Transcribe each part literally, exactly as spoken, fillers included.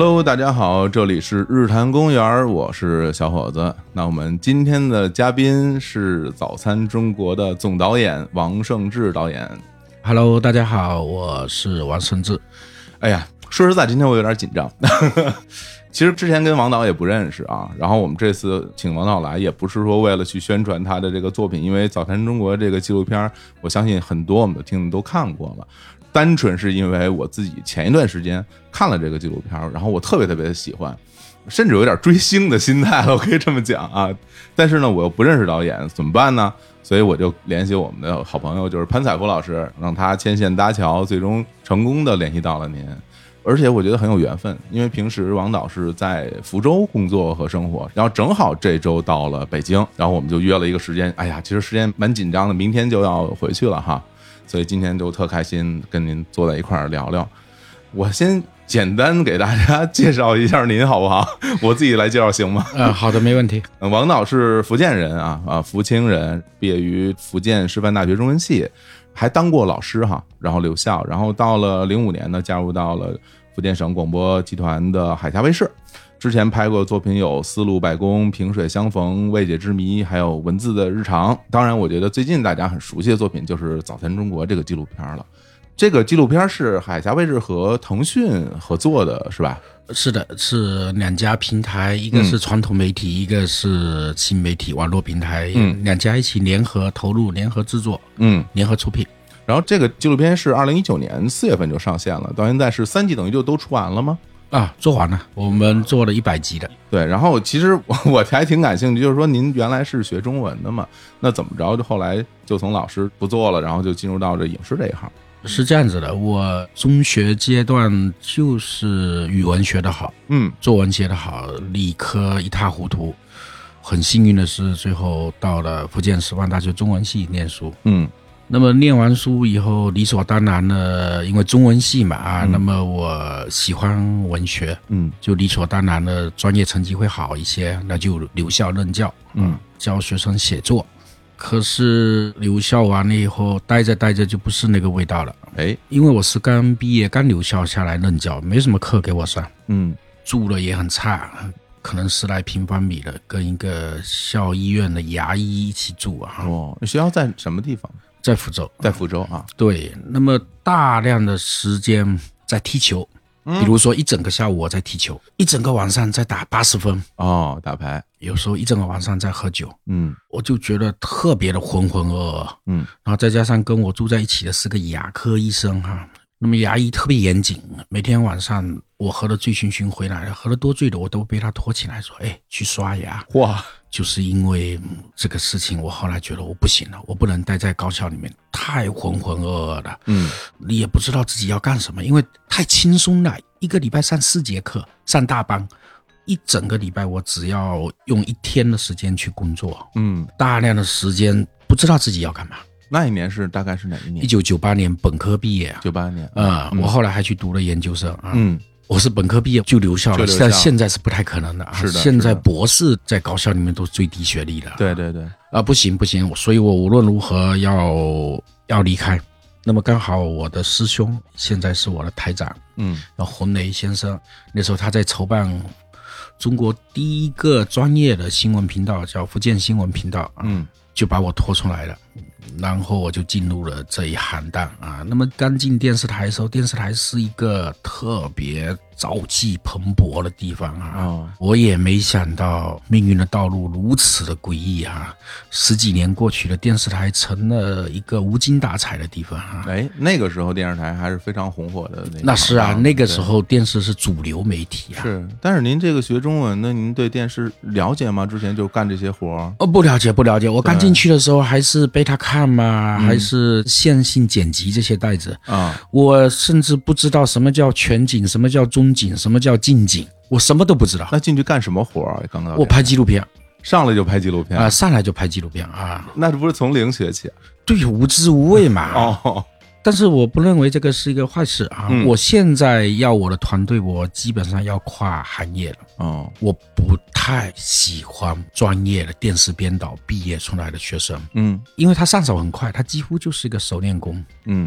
Hello， 大家好，这里是日坛公园，我是小伙子。那我们今天的嘉宾是早餐中国的总导演王胜志导演。 Hello， 大家好，我是王胜志。 哎呀，说实在，今天我有点紧张。其实之前跟王导也不认识啊，然后我们这次请王导来，也不是说为了去宣传他的这个作品，因为《早餐中国》这个纪录片，我相信很多我们的听众都看过了。单纯是因为我自己前一段时间看了这个纪录片，然后我特别特别的喜欢，甚至有点追星的心态了，我可以这么讲啊。但是呢，我又不认识导演，怎么办呢？所以我就联系我们的好朋友，就是潘采夫老师，让他牵线搭桥，最终成功的联系到了您。而且我觉得很有缘分，因为平时王导是在福州工作和生活，然后正好这周到了北京，然后我们就约了一个时间。哎呀，其实时间蛮紧张的，明天就要回去了哈。所以今天就特开心跟您坐在一块儿聊聊。我先简单给大家介绍一下您好不好？我自己来介绍行吗？ 啊、呃，好的，没问题。 王导是福建人啊啊，福清人，毕业于福建师范大学中文系，还当过老师哈，然后留校，然后到了零五年呢，加入到了福建省广播集团的海峡卫视。之前拍过作品有《丝路百工》、《萍水相逢》、《未解之谜》，还有《文字的日常》。当然我觉得最近大家很熟悉的作品就是《早餐中国》这个纪录片了。这个纪录片是海峡卫视和腾讯合作的是吧？ 是的，是两家平台，一个是传统媒体、嗯、一个是新媒体网络平台、嗯、两家一起联合投入，联合制作，嗯，联合出品。 然后这个纪录片是二零一九年四月份就上线了，到现在是三季，等于就都出完了吗？ 啊，做完了，我们做了一百集的。 对，然后其实我我还挺感兴趣，就是说您原来是学中文的嘛，那怎么着就后来就从老师不做了，然后就进入到这影视这一行？ 是这样子的，我中学阶段就是语文学得好，嗯，作文写得好，理科一塌糊涂。很幸运的是，最后到了福建师范大学中文系念书，嗯。那么念完书以后，理所当然的，因为中文系嘛啊、嗯，那么我喜欢文学，嗯，就理所当然的专业成绩会好一些，那就留校任教，嗯，教学生写作。可是留校完了以后，待着待着就不是那个味道了，哎，因为我是刚毕业，刚留校下来任教，没什么课给我上，嗯，住的也很差。可能十来平方米的，跟一个校医院的牙医一起住啊。 哦，学校在什么地方？ 在福州， 在福州啊。 对，那么大量的时间在踢球，嗯、比如说一整个下午我在踢球，一整个晚上在打八十分。 哦，打牌。 有时候一整个晚上在喝酒。嗯，我就觉得特别的浑浑噩噩。嗯，然后再加上跟我住在一起的是个牙科医生哈。那么牙医特别严谨，每天晚上我喝得醉醺醺回来了，喝得多醉的我都被他拖起来说，哎，去刷牙。哇，就是因为这个事情，我后来觉得我不行了，我不能待在高校里面，太浑浑噩噩了。嗯，你也不知道自己要干什么，因为太轻松了，一个礼拜上四节课，上大班，一整个礼拜我只要用一天的时间去工作。嗯，大量的时间不知道自己要干嘛。 那一年是大概是哪一年？ 一九九八年本科毕业啊。 九八年啊、嗯，我后来还去读了研究生啊。嗯，我是本科毕业就留校了，但现在是不太可能的啊。 是的， 现在博士在高校里面都是最低学历的。 对对对。 啊，不行不行，所以我无论如何要要离开。那么刚好我的师兄现在是我的台长，嗯，叫洪雷先生，那时候他在筹办中国第一个专业的新闻频道，叫福建新闻频道，嗯。就把我拖出来了，然后我就进入了这一行当啊。那么刚进电视台的时候，电视台是一个特别朝气蓬勃的地方啊、哦、我也没想到命运的道路如此的诡异啊，十几年过去了，电视台成了一个无精打采的地方啊。 哎，那个时候电视台还是非常红火的。那, 那是啊，那个时候电视是主流媒体啊。 是，但是您这个学中文的，您对电视了解吗？之前就干这些活儿？ 哦，不了解，不了解。我刚进去的时候还是贝塔看嘛、嗯，还是线性剪辑这些带子啊、嗯。我甚至不知道什么叫全景，什么叫中景，什么叫近景，我什么都不知道。 那进去干什么活啊？刚刚我拍纪录片。 上来就拍纪录片啊、呃，上来就拍纪录片啊， 那这不是从零学起、啊？ 对，无知无畏嘛。 哦， 但是我不认为这个是一个坏事啊。嗯、我现在要我的团队，我基本上要跨行业了。哦，我不太喜欢专业的电视编导毕业出来的学生。嗯，因为他上手很快，他几乎就是一个熟练工。嗯。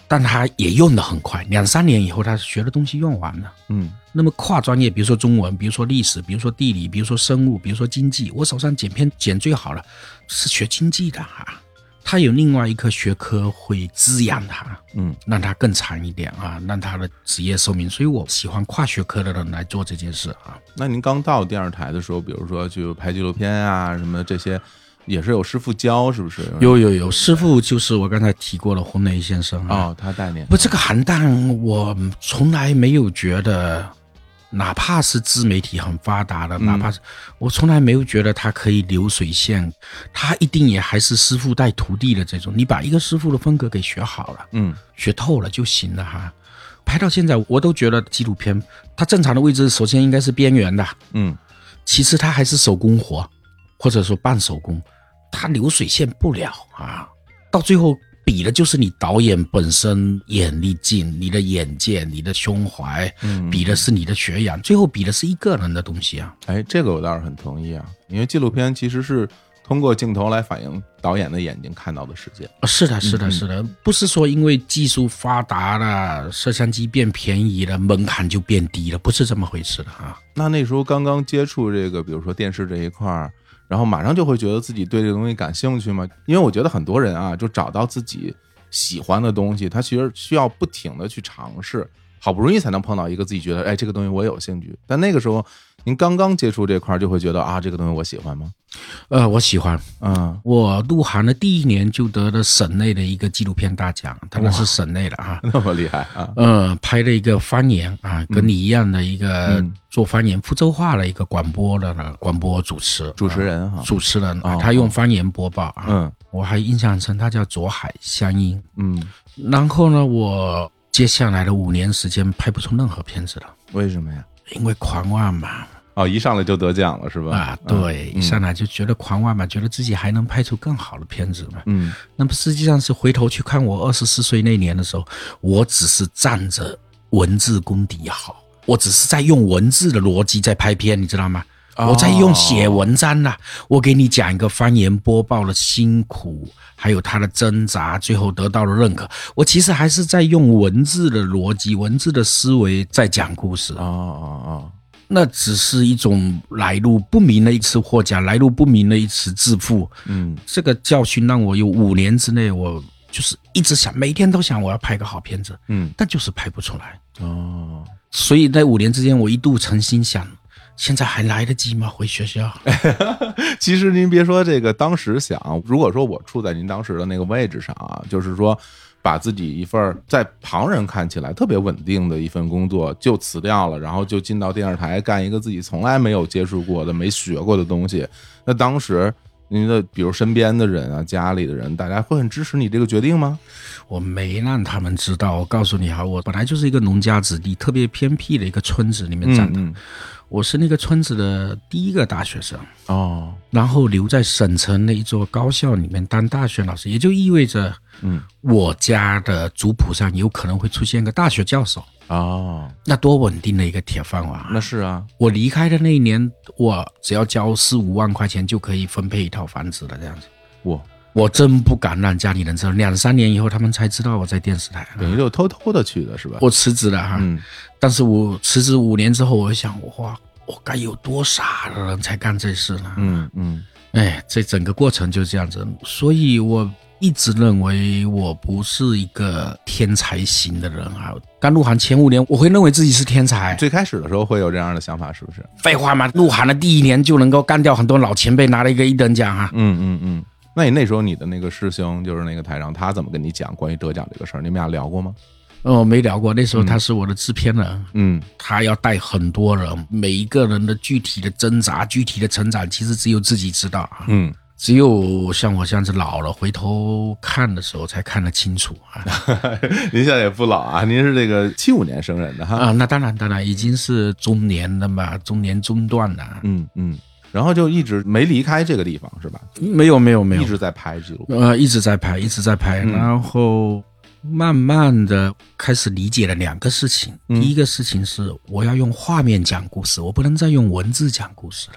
但他也用得很快，两三年以后他学的东西用完了。 嗯， 那么跨专业，比如说中文，比如说历史，比如说地理，比如说生物，比如说经济，我手上剪片剪最好了是学经济的哈，他有另外一科学科会滋养他，嗯，让他更长一点啊，让他的职业寿命。所以我喜欢跨学科的人来做这件事啊。 那您刚到电视台的时候，比如说去拍纪录片啊什么这些，也是有师傅教，是不是？ 有有有，师傅就是我刚才提过的洪雷先生啊。 哦，他带您。 不，这个行当我从来没有觉得，哪怕是自媒体很发达的，嗯、哪怕是我从来没有觉得他可以流水线，他一定也还是师傅带徒弟的这种。你把一个师傅的风格给学好了，嗯，学透了就行了哈。拍到现在，我都觉得纪录片它正常的位置，首先应该是边缘的，嗯，其次它还是手工活，或者说半手工。他流水线不了啊，到最后比的就是你导演本身眼力劲、你的眼界、你的胸怀，嗯，比的是你的学养，最后比的是一个人的东西啊。 哎，这个我倒是很同意啊，因为纪录片其实是通过镜头来反映导演的眼睛看到的世界。 是的，是的，是的，不是说因为技术发达了，摄像机变便宜了，门槛就变低了，不是这么回事的啊。 那那时候刚刚接触这个，比如说电视这一块，然后马上就会觉得自己对这个东西感兴趣吗？因为我觉得很多人啊，就找到自己喜欢的东西，他其实需要不停的去尝试，好不容易才能碰到一个自己觉得，哎，这个东西我有兴趣。但那个时候您刚刚接触这块，就会觉得啊，这个东西我喜欢吗？ 呃，我喜欢。嗯，我入行的第一年就得了省内的一个纪录片大奖，当然是省内的啊， 那么厉害啊！ 呃，拍了一个方言啊，跟你一样的一个做方言福州话的一个广播的呢，广播主持主持人哈、啊， 主持人啊，他用方言播报啊，嗯，我还印象深，他叫左海湘音，嗯，然后呢，我接下来的五年时间拍不出任何片子了， 为什么呀？ 因为狂妄嘛。 哦，一上来就得奖了是吧？ 啊，对，嗯、一上来就觉得狂妄嘛，觉得自己还能拍出更好的片子嘛。嗯，那么实际上是回头去看我二十四岁那年的时候，我只是仗着文字功底好，我只是在用文字的逻辑在拍片，你知道吗？哦、我在用写文章啦、啊，我给你讲一个方言播报的辛苦，还有他的挣扎，最后得到了认可。我其实还是在用文字的逻辑、文字的思维在讲故事。哦哦哦。那只是一种来路不明的一次获奖，来路不明的一次致富。嗯，这个教训让我有五年之内，我就是一直想，每天都想我要拍个好片子，嗯，但就是拍不出来。哦，所以在五年之间，我一度诚心想，现在还来得及吗？回学校？ 其实您别说这个，当时想，如果说我处在您当时的那个位置上啊，就是说，把自己一份在旁人看起来特别稳定的一份工作就辞掉了，然后就进到电视台干一个自己从来没有接触过的、没学过的东西。那当时您的比如身边的人啊、家里的人，大家会很支持你这个决定吗？ 我没让他们知道。我告诉你哈，我本来就是一个农家子弟，特别偏僻的一个村子里面长的。嗯嗯，我是那个村子的第一个大学生哦，然后留在省城的一座高校里面当大学老师，也就意味着，嗯，我家的族谱上有可能会出现个大学教授哦，那多稳定的一个铁饭碗。 那是啊， 我离开的那一年，我只要交四五万块钱就可以分配一套房子了，这样子。 我我真不敢让家里人知道，两三年以后他们才知道我在电视台， 等于就偷偷的去的是吧？ 我辞职了哈，嗯，但是我辞职五年之后，我想，哇，我该有多傻的人才干这事呢？嗯嗯，哎，这整个过程就是这样子，所以我一直认为我不是一个天才型的人啊。刚入行前五年，我会认为自己是天才。 最开始的时候会有这样的想法，是不是？ 废话嘛，入行的第一年就能够干掉很多老前辈，拿了一个一等奖啊。 嗯嗯嗯。那你那时候你的那个师兄，就是那个台长，他怎么跟你讲关于得奖这个事儿？你们俩聊过吗？ 哦，没聊过。那时候他是我的制片人，嗯，他要带很多人，每一个人的具体的挣扎、具体的成长，其实只有自己知道啊。嗯，只有像我这样子老了，回头看的时候才看得清楚啊。 您现在也不老啊，您是这个七五年生人的哈。 啊，那当然当然，已经是中年了嘛，中年中段了。 嗯嗯。然后就一直没离开这个地方是吧？ 没有没有没有， 一直在拍纪录片， 呃，一直在拍，一直在拍，嗯、然后慢慢的开始理解了两个事情。嗯、第一个事情是我要用画面讲故事，我不能再用文字讲故事了。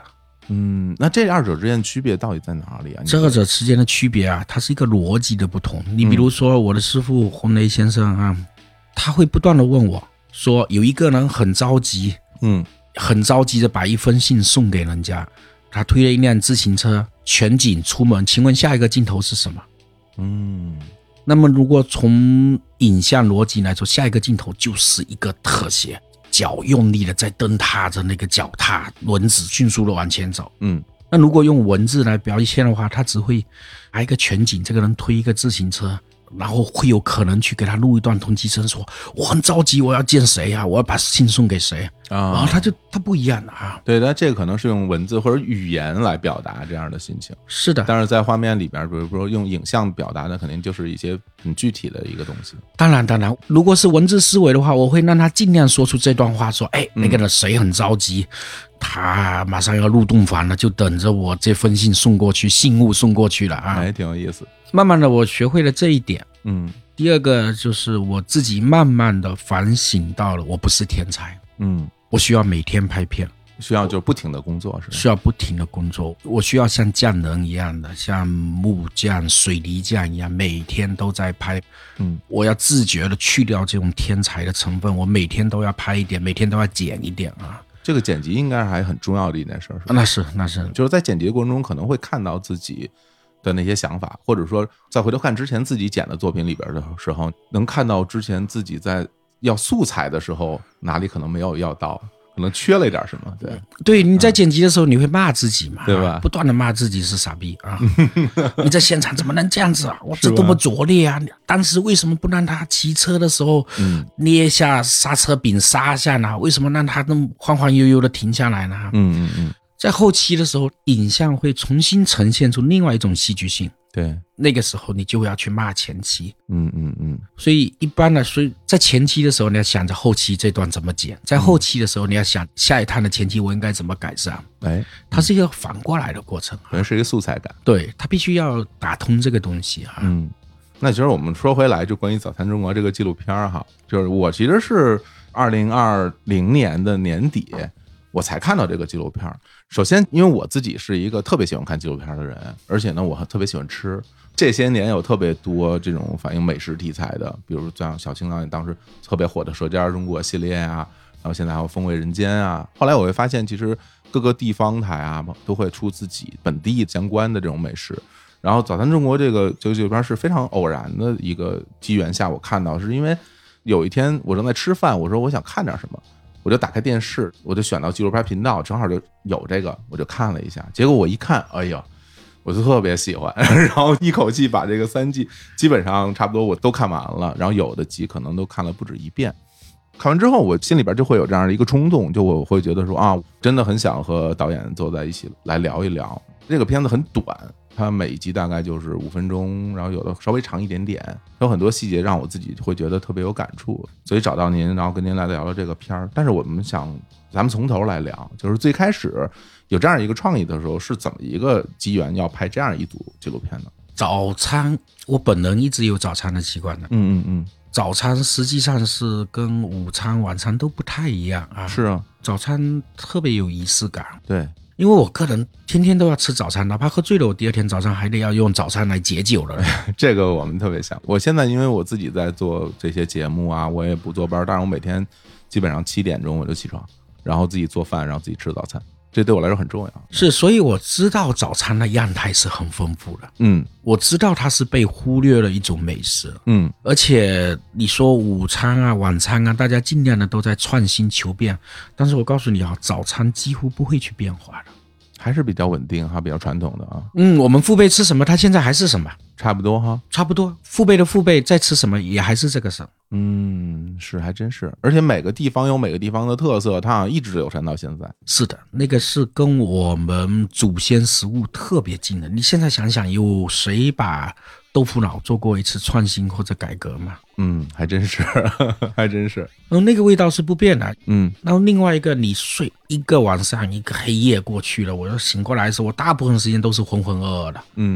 嗯，那这二者之间的区别到底在哪里啊？ 这二者之间的区别啊，它是一个逻辑的不同。你比如说我的师父洪雷先生啊，他会不断的问我说，有一个人很着急，嗯，很着急的把一封信送给人家，他推了一辆自行车，全景出门，请问下一个镜头是什么？嗯，那么如果从影像逻辑来说，下一个镜头就是一个特写，脚用力的在蹬踏着那个脚踏，轮子迅速的往前走。嗯，那如果用文字来表现的话，它只会来一个全景，这个人推一个自行车，然后会有可能去给他录一段通缉声，说我很着急，我要见谁啊，我要把信送给谁啊，然后他就他不一样的啊。 对，但这个可能是用文字或者语言来表达这样的心情。 是的， 但是在画面里边，比如说用影像表达的，肯定就是一些很具体的一个东西。 当然，当然，如果是文字思维的话，我会让他尽量说出这段话，说，哎，那个人谁很着急。嗯，他马上要入洞房了，就等着我这封信送过去，信物送过去了啊， 还挺有意思。 慢慢的，我学会了这一点。 嗯， 第二个就是我自己慢慢的反省到了，我不是天才。嗯，我需要每天拍片， 需要就不停的工作，是吧？ 需要不停的工作，我需要像匠人一样的，像木匠、水泥匠一样，每天都在拍。嗯，我要自觉的去掉这种天才的成分，我每天都要拍一点，每天都要剪一点啊。 这个剪辑应该还很重要的一件事，是吧？ 那是那是， 就是在剪辑的过程中可能会看到自己的那些想法，或者说在回头看之前自己剪的作品里边的时候，能看到之前自己在要素材的时候哪里可能没有要到，可能缺了一点什么。对， 对，你在剪辑的时候你会骂自己嘛， 对吧？ 不断的骂自己是傻逼啊！你在现场怎么能这样子啊？我这多么拙劣啊！当时为什么不让他骑车的时候捏下刹车柄刹下呢？为什么让他那么晃晃悠悠的停下来呢？ 嗯嗯嗯。 在后期的时候，影像会重新呈现出另外一种戏剧性。 对， 那个时候你就要去骂前期。 嗯嗯嗯。 所以一般的，所以在前期的时候，你要想着后期这段怎么剪；在后期的时候，你要想下一趟的前期我应该怎么改善。 哎， 它是一个反过来的过程， 可能是一个素材感。 对，它必须要打通这个东西啊。 嗯，那其实我们说回来，就关于《早餐中国》这个纪录片哈，就是我其实是二零二零年的年底我才看到这个纪录片。首先因为我自己是一个特别喜欢看纪录片的人，而且呢我还特别喜欢吃，这些年有特别多这种反映美食题材的，比如像小青导演当时特别火的《舌尖中国》系列啊，然后现在还有《风味人间》啊。后来我会发现其实各个地方台啊都会出自己本地相关的这种美食，然后《早餐中国》这个这个纪录片是非常偶然的一个机缘下我看到，是因为有一天我正在吃饭，我说我想看点什么，我就打开电视，我就选到纪录片频道，正好就有这个，我就看了一下，结果我一看，哎呦，我就特别喜欢，然后一口气把这个三季基本上差不多我都看完了，然后有的集可能都看了不止一遍。看完之后我心里边就会有这样的一个冲动，就我会觉得说啊，真的很想和导演坐在一起来聊一聊。这个片子很短，它每一集大概就是五分钟，然后有的稍微长一点点，有很多细节让我自己会觉得特别有感触，所以找到您，然后跟您来聊聊这个片儿。但是我们想咱们从头来聊，就是最开始有这样一个创意的时候是怎么一个机缘要拍这样一组纪录片呢？ 早餐，我本人一直有早餐的习惯的。 嗯嗯嗯。 早餐实际上是跟午餐晚餐都不太一样啊。 是啊， 早餐特别有仪式感。 对， 因为我个人天天都要吃早餐，哪怕喝醉了我第二天早上还得要用早餐来解酒了。 这个我们特别像，我现在因为我自己在做这些节目啊，我也不坐班，但是我每天基本上七点钟我就起床，然后自己做饭，然后自己吃早餐，这对我来说很重要。 是，所以我知道早餐的样态是很丰富的。 嗯， 我知道它是被忽略了一种美食。 嗯， 而且你说午餐啊晚餐啊，大家尽量的都在创新求变，但是我告诉你啊，早餐几乎不会去变化的， 还是比较稳定哈，比较传统的啊。 嗯，我们父辈吃什么他现在还是什么， 差不多哈， 差不多，父辈的父辈在吃什么也还是这个事。 嗯，是，还真是，而且每个地方有每个地方的特色，它好像一直流传到现在。 是的，那个是跟我们祖先食物特别近的。你现在想想，有谁把豆腐脑做过一次创新或者改革吗？ 嗯，还真是，还真是。 嗯，那个味道是不变的。 嗯， 然后另外一个，你睡一个晚上，一个黑夜过去了，我醒过来的时候，我大部分时间都是浑浑噩噩的。 嗯，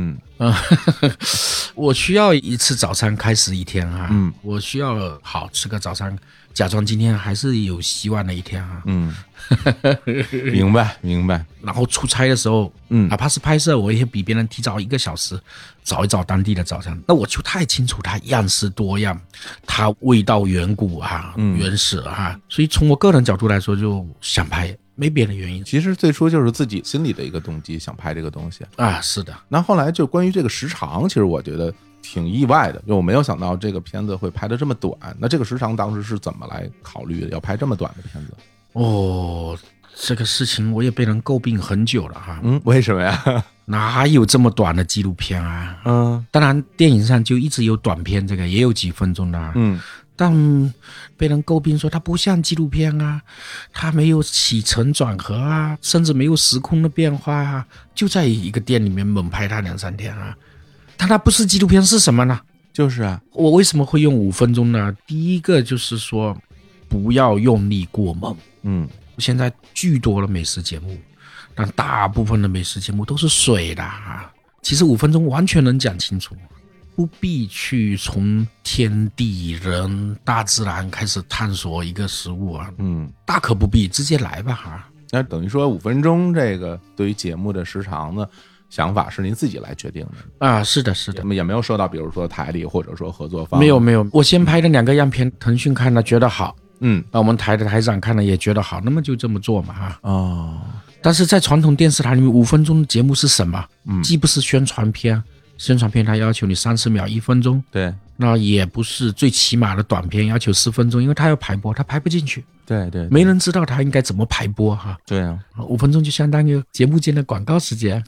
嗯，我需要一次早餐开始一天啊， 嗯， 我需要好吃个早餐，假装今天还是有希望的一天啊。 嗯，明白明白。 然后出差的时候， 嗯， 哪怕是拍摄，我也比别人提早一个小时找一找当地的早餐，那我就太清楚它样式多样，它味道远古啊， 嗯、 原始啊，所以从我个人角度来说，就想拍。没别的原因， 其实最初就是自己心里的一个动机，想拍这个东西啊。是的， 那后来就关于这个时长，其实我觉得挺意外的，就我没有想到这个片子会拍得这么短。那这个时长当时是怎么来考虑的，要拍这么短的片子？ 哦，这个事情我也被人诟病很久了哈。 嗯，为什么呀？ 哪有这么短的纪录片啊？ 嗯， 当然电影上就一直有短片，这个也有几分钟的啊。 嗯。 但被人诟病说它不像纪录片啊，它没有起承转合啊，甚至没有时空的变化啊，就在一个店里面猛拍它两三天啊。但它不是纪录片是什么呢？ 就是啊， 我为什么会用五分钟呢？第一个就是说不要用力过猛。 嗯， 现在巨多的美食节目，但大部分的美食节目都是水的啊。其实五分钟完全能讲清楚。不必去从天地人大自然开始探索一个食物啊， 嗯， 大可不必，直接来吧哈。 那等于说五分钟这个对于节目的时长呢，想法是您自己来决定的啊？是的，是的， 也没有受到比如说台里或者说合作方。 没有没有，我先拍的两个样片，腾讯看了觉得好， 嗯， 那我们台的台长看了也觉得好，那么就这么做嘛哈。 哦， 但是在传统电视台里面，五分钟的节目是什么？ 嗯， 既不是宣传片。宣传片它要求你三十秒一分钟， 对， 那也不是最起码的短片要求十分钟，因为它要排播，它排不进去， 对 对, 对， 没人知道它应该怎么排播哈。 对啊， 五分钟就相当于节目间的广告时间。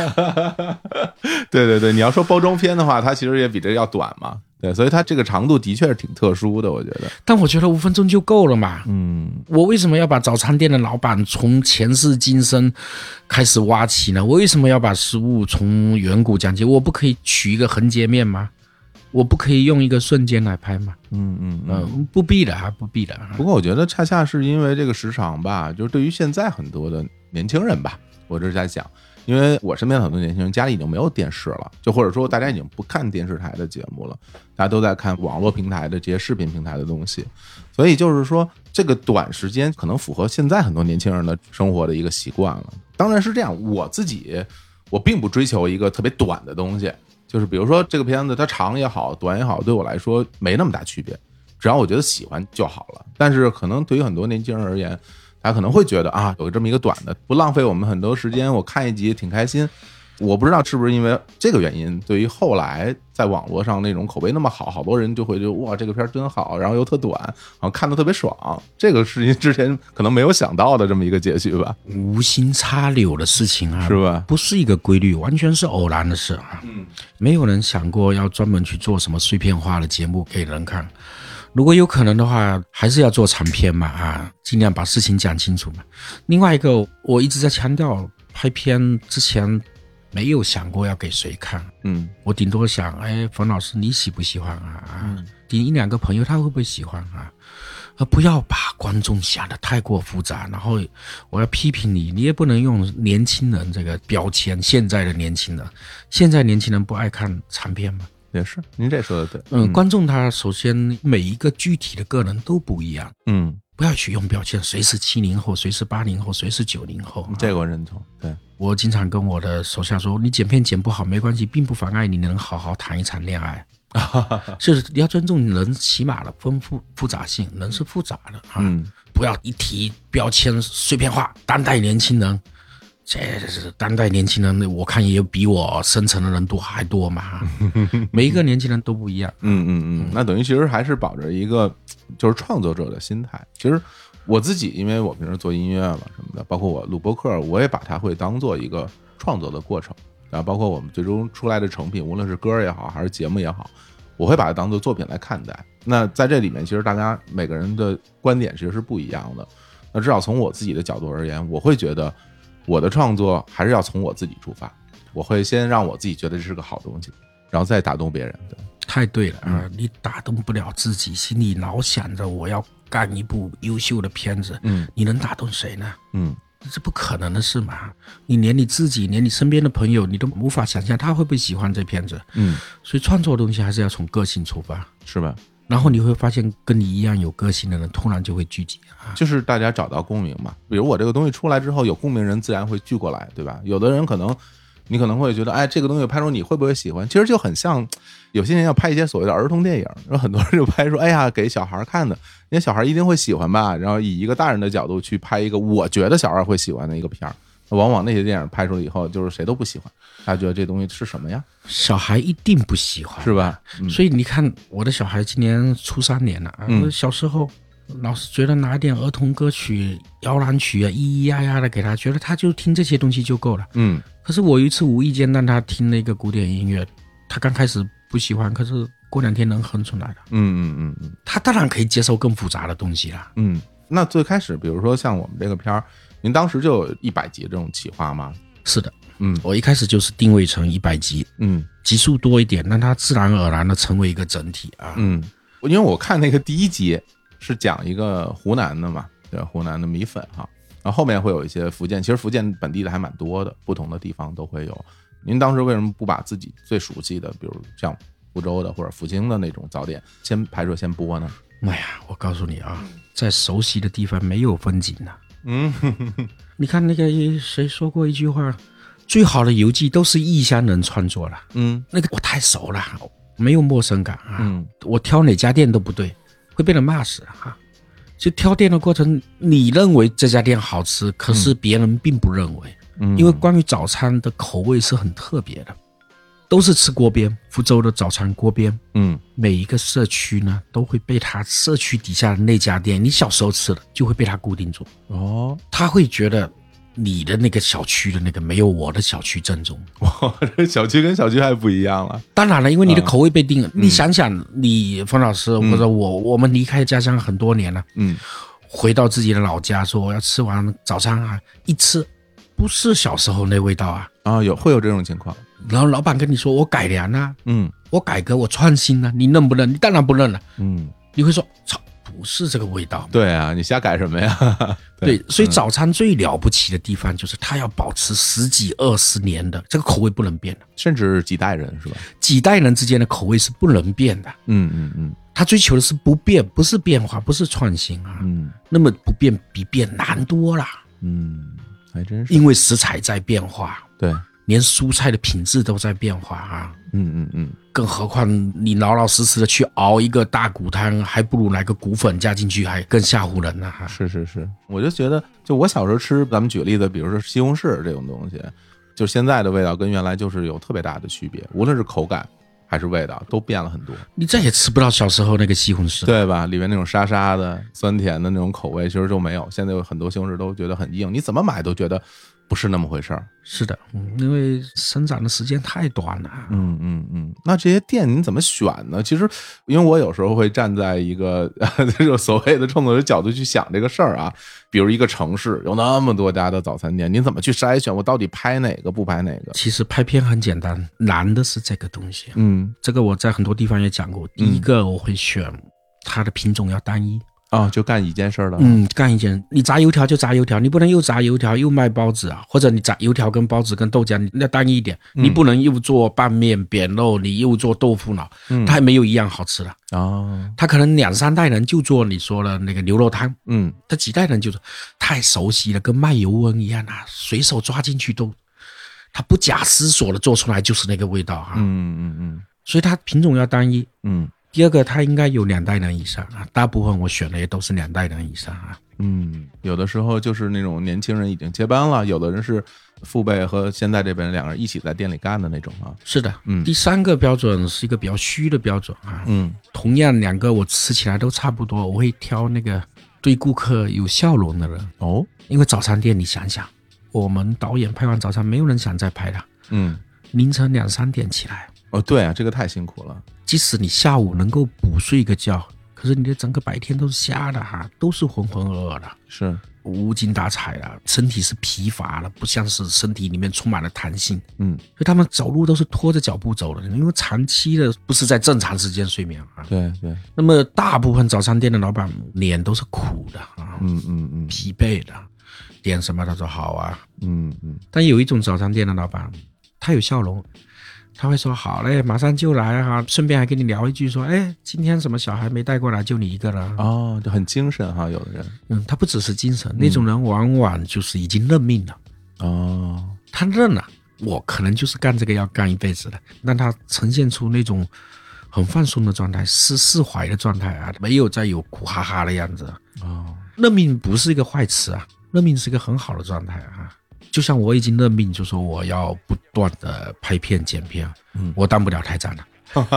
对对对，你要说包装片的话，它其实也比这个要短嘛。对，所以它这个长度的确是挺特殊的，我觉得。 但我觉得五分钟就够了嘛。 嗯， 我为什么要把早餐店的老板从前世今生开始挖起呢？我为什么要把食物从远古讲起？我不可以取一个横截面吗？我不可以用一个瞬间来拍吗？ 嗯嗯嗯、 呃，不必的啊，不必的。 不过我觉得恰恰是因为这个时长吧，就是对于现在很多的年轻人吧，我这是在想。因为我身边很多年轻人家里已经没有电视了，就或者说大家已经不看电视台的节目了，大家都在看网络平台的这些视频平台的东西，所以就是说这个短时间可能符合现在很多年轻人的生活的一个习惯了。当然是这样，我自己我并不追求一个特别短的东西，就是比如说这个片子它长也好短也好，对我来说没那么大区别，只要我觉得喜欢就好了。但是可能对于很多年轻人而言，他可能会觉得啊，有这么一个短的，不浪费我们很多时间，我看一集挺开心。我不知道是不是因为这个原因，对于后来在网络上那种口碑那么好，好多人就会觉得哇，这个片真好，然后又特短，然后看得特别爽。这个是之前可能没有想到的这么一个结局吧， 无心插柳的事情啊， 是吧？ 不是一个规律，完全是偶然的事啊。 嗯， 没有人想过要专门去做什么碎片化的节目给人看。如果有可能的话，还是要做长片嘛，啊，尽量把事情讲清楚嘛。另外一个，我一直在强调，拍片之前没有想过要给谁看， 嗯， 我顶多想，哎，冯老师你喜不喜欢啊？嗯，顶一两个朋友他会不会喜欢啊？而不要把观众想得太过复杂，然后我要批评你，你也不能用年轻人这个标签。现在的年轻人，现在年轻人不爱看长片吗？ 也是，您这说的对。 嗯，观众他首先每一个具体的个人都不一样， 嗯， 不要去用标签，谁是七零后，谁是八零后，谁是九零后， 这个我认同。对， 我经常跟我的手下说，你剪片剪不好没关系，并不妨碍你能好好谈一场恋爱。就是你要尊重人起码的丰富复杂性，人是复杂的啊， 嗯， 不要一提标签碎片化，当代年轻人。这是当代年轻人，我看也有比我深层的人多还多嘛。每一个年轻人都不一样。 嗯嗯嗯，那等于其实还是保着一个就是创作者的心态。其实我自己，因为我平时做音乐嘛什么的，包括我录播客，我也把它会当做一个创作的过程。然后包括我们最终出来的成品，无论是歌也好，还是节目也好，我会把它当做作品来看待。那在这里面，其实大家每个人的观点其实是不一样的。那至少从我自己的角度而言，我会觉得我的创作还是要从我自己出发，我会先让我自己觉得这是个好东西，然后再打动别人。对， 太对了啊！你打动不了自己，心里老想着我要干一部优秀的片子，嗯，你能打动谁呢？ 嗯， 这不可能的事嘛！你连你自己，连你身边的朋友，你都无法想象他会不会喜欢这片子。 嗯， 所以创作的东西还是要从个性出发， 是吧？ 然后你会发现跟你一样有个性的人突然就会聚集， 就是大家找到共鸣嘛。比如我这个东西出来之后有共鸣人自然会聚过来，对吧？有的人可能你可能会觉得哎这个东西拍出你会不会喜欢，其实就很像有些人要拍一些所谓的儿童电影，然后很多人就拍说哎呀给小孩看的，因为小孩一定会喜欢吧，然后以一个大人的角度去拍一个我觉得小孩会喜欢的一个片儿，往往那些电影拍出来以后就是谁都不喜欢，他觉得这东西是什么呀， 小孩一定不喜欢， 是吧？ 嗯、所以你看我的小孩今年初三年了，嗯、小时候老是觉得拿一点儿童歌曲摇篮曲啊咿咿呀呀的给他，觉得他就听这些东西就够了。嗯，可是我有一次无意间让他听了一个古典音乐，他刚开始不喜欢，可是过两天能哼出来的。嗯嗯嗯嗯，他当然可以接受更复杂的东西了。 嗯，那最开始比如说像我们这个片儿，您当时就有一百集这种企划吗？ 是的。嗯，我一开始就是定位成一百集，嗯，集数多一点，让它自然而然的成为一个整体啊。 嗯，因为我看那个第一集是讲一个湖南的嘛，对，湖南的米粉哈，然后后面会有一些福建，其实福建本地的还蛮多的，不同的地方都会有。您当时为什么不把自己最熟悉的，比如像福州的或者福清的那种早点先拍摄先播呢？ 哎呀，我告诉你啊，在熟悉的地方没有风景的。嗯，你看那个谁说过一句话？最好的游记都是异乡人创作了，嗯，那个我太熟了，没有陌生感啊，嗯，我挑哪家店都不对，会被人骂死啊。就挑店的过程，你认为这家店好吃，可是别人并不认为，嗯，因为关于早餐的口味是很特别的，都是吃锅边，福州的早餐锅边，嗯，每一个社区呢都会被他社区底下的那家店，你小时候吃的就会被他固定住，哦，他会觉得。你的那个小区的那个没有我的小区正宗， 哇，这小区跟小区还不一样了。 当然了，因为你的口味被定了。嗯、你想想，你冯老师或者我，嗯、我们离开家乡很多年了，嗯，回到自己的老家，说我要吃完早餐啊，一吃不是小时候那味道啊啊，有会有这种情况。 然后老板跟你说我改良啊，嗯，我改革我创新啊，你认不认？你当然不认了，嗯，你会说操。不是这个味道， 对啊，你瞎改什么呀？ 对，对，所以早餐最了不起的地方就是它要保持十几二十年的这个口味不能变的， 甚至几代人是吧？ 几代人之间的口味是不能变的。嗯嗯嗯，他追求的是不变，不是变化，不是创新啊。嗯，那么不变比变难多了。 嗯，还真是， 因为食材在变化， 对， 连蔬菜的品质都在变化啊。嗯嗯嗯，更何况你老老实实的去熬一个大骨汤，还不如来个骨粉加进去，还更吓唬人呢、啊。 是是是，我就觉得，就我小时候吃，咱们举个例子，比如说西红柿这种东西，就现在的味道跟原来就是有特别大的区别，无论是口感还是味道都变了很多。 你再也吃不到小时候那个西红柿， 对吧？里面那种沙沙的、酸甜的那种口味，其实就没有。现在有很多西红柿都觉得很硬，你怎么买都觉得不是那么回事儿。 是的，因为生长的时间太短了。 嗯嗯嗯。那这些店你怎么选呢？其实，因为我有时候会站在一个这种所谓的创作者角度去想这个事儿啊。比如一个城市有那么多家的早餐店，你怎么去筛选？我到底拍哪个不拍哪个？ 其实拍片很简单，难的是这个东西。嗯，这个我在很多地方也讲过。第一个我会选它的品种要单一。 哦，就干一件事了。 嗯，干一件，你炸油条就炸油条，你不能又炸油条又卖包子啊，或者你炸油条跟包子跟豆浆，你要单一一点，嗯、你不能又做拌面扁肉，你又做豆腐脑，嗯、它还没有一样好吃的。哦，他可能两三代人就做你说的那个牛肉汤，嗯，他几代人就是太熟悉了，跟卖油翁一样啊，随手抓进去都，他不假思索的做出来就是那个味道啊。嗯嗯嗯，所以它品种要单一。嗯。第二个，它应该有两代人以上啊，大部分我选的也都是两代人以上啊。 嗯，有的时候就是那种年轻人已经接班了，有的人是父辈和现在这边两个人一起在店里干的那种啊。 是的，嗯。第三个标准是一个比较虚的标准啊。嗯。同样两个我吃起来都差不多，我会挑那个对顾客有笑容的人哦。因为早餐店，你想想，我们导演拍完早餐，没有人想再拍了。嗯。凌晨两三点起来。 哦，对啊，这个太辛苦了。 即使你下午能够补睡一个觉，可是你的整个白天都是瞎的哈，都是浑浑噩噩的， 是无精打采的，身体是疲乏了，不像是身体里面充满了弹性。嗯，所以他们走路都是拖着脚步走的，因为长期的不是在正常时间睡眠啊。 对对。 那么大部分早餐店的老板脸都是苦的啊，嗯嗯嗯，疲惫的。 点什么？他说好啊。 嗯嗯。 但有一种早餐店的老板，他有笑容，他会说好嘞，马上就来哈、啊，顺便还跟你聊一句说，哎，今天什么小孩没带过来，就你一个人。 哦，就很精神哈，有的人。 嗯，他不只是精神，那种人往往就是已经认命了。 哦， 他认了，我可能就是干这个要干一辈子的，让他呈现出那种很放松的状态，释释怀的状态啊，没有再有苦哈哈的样子。 哦， 认命不是一个坏词啊，认命是一个很好的状态啊。就像我已经认命，就说我要不断的拍片剪片，嗯，我当不了台长了。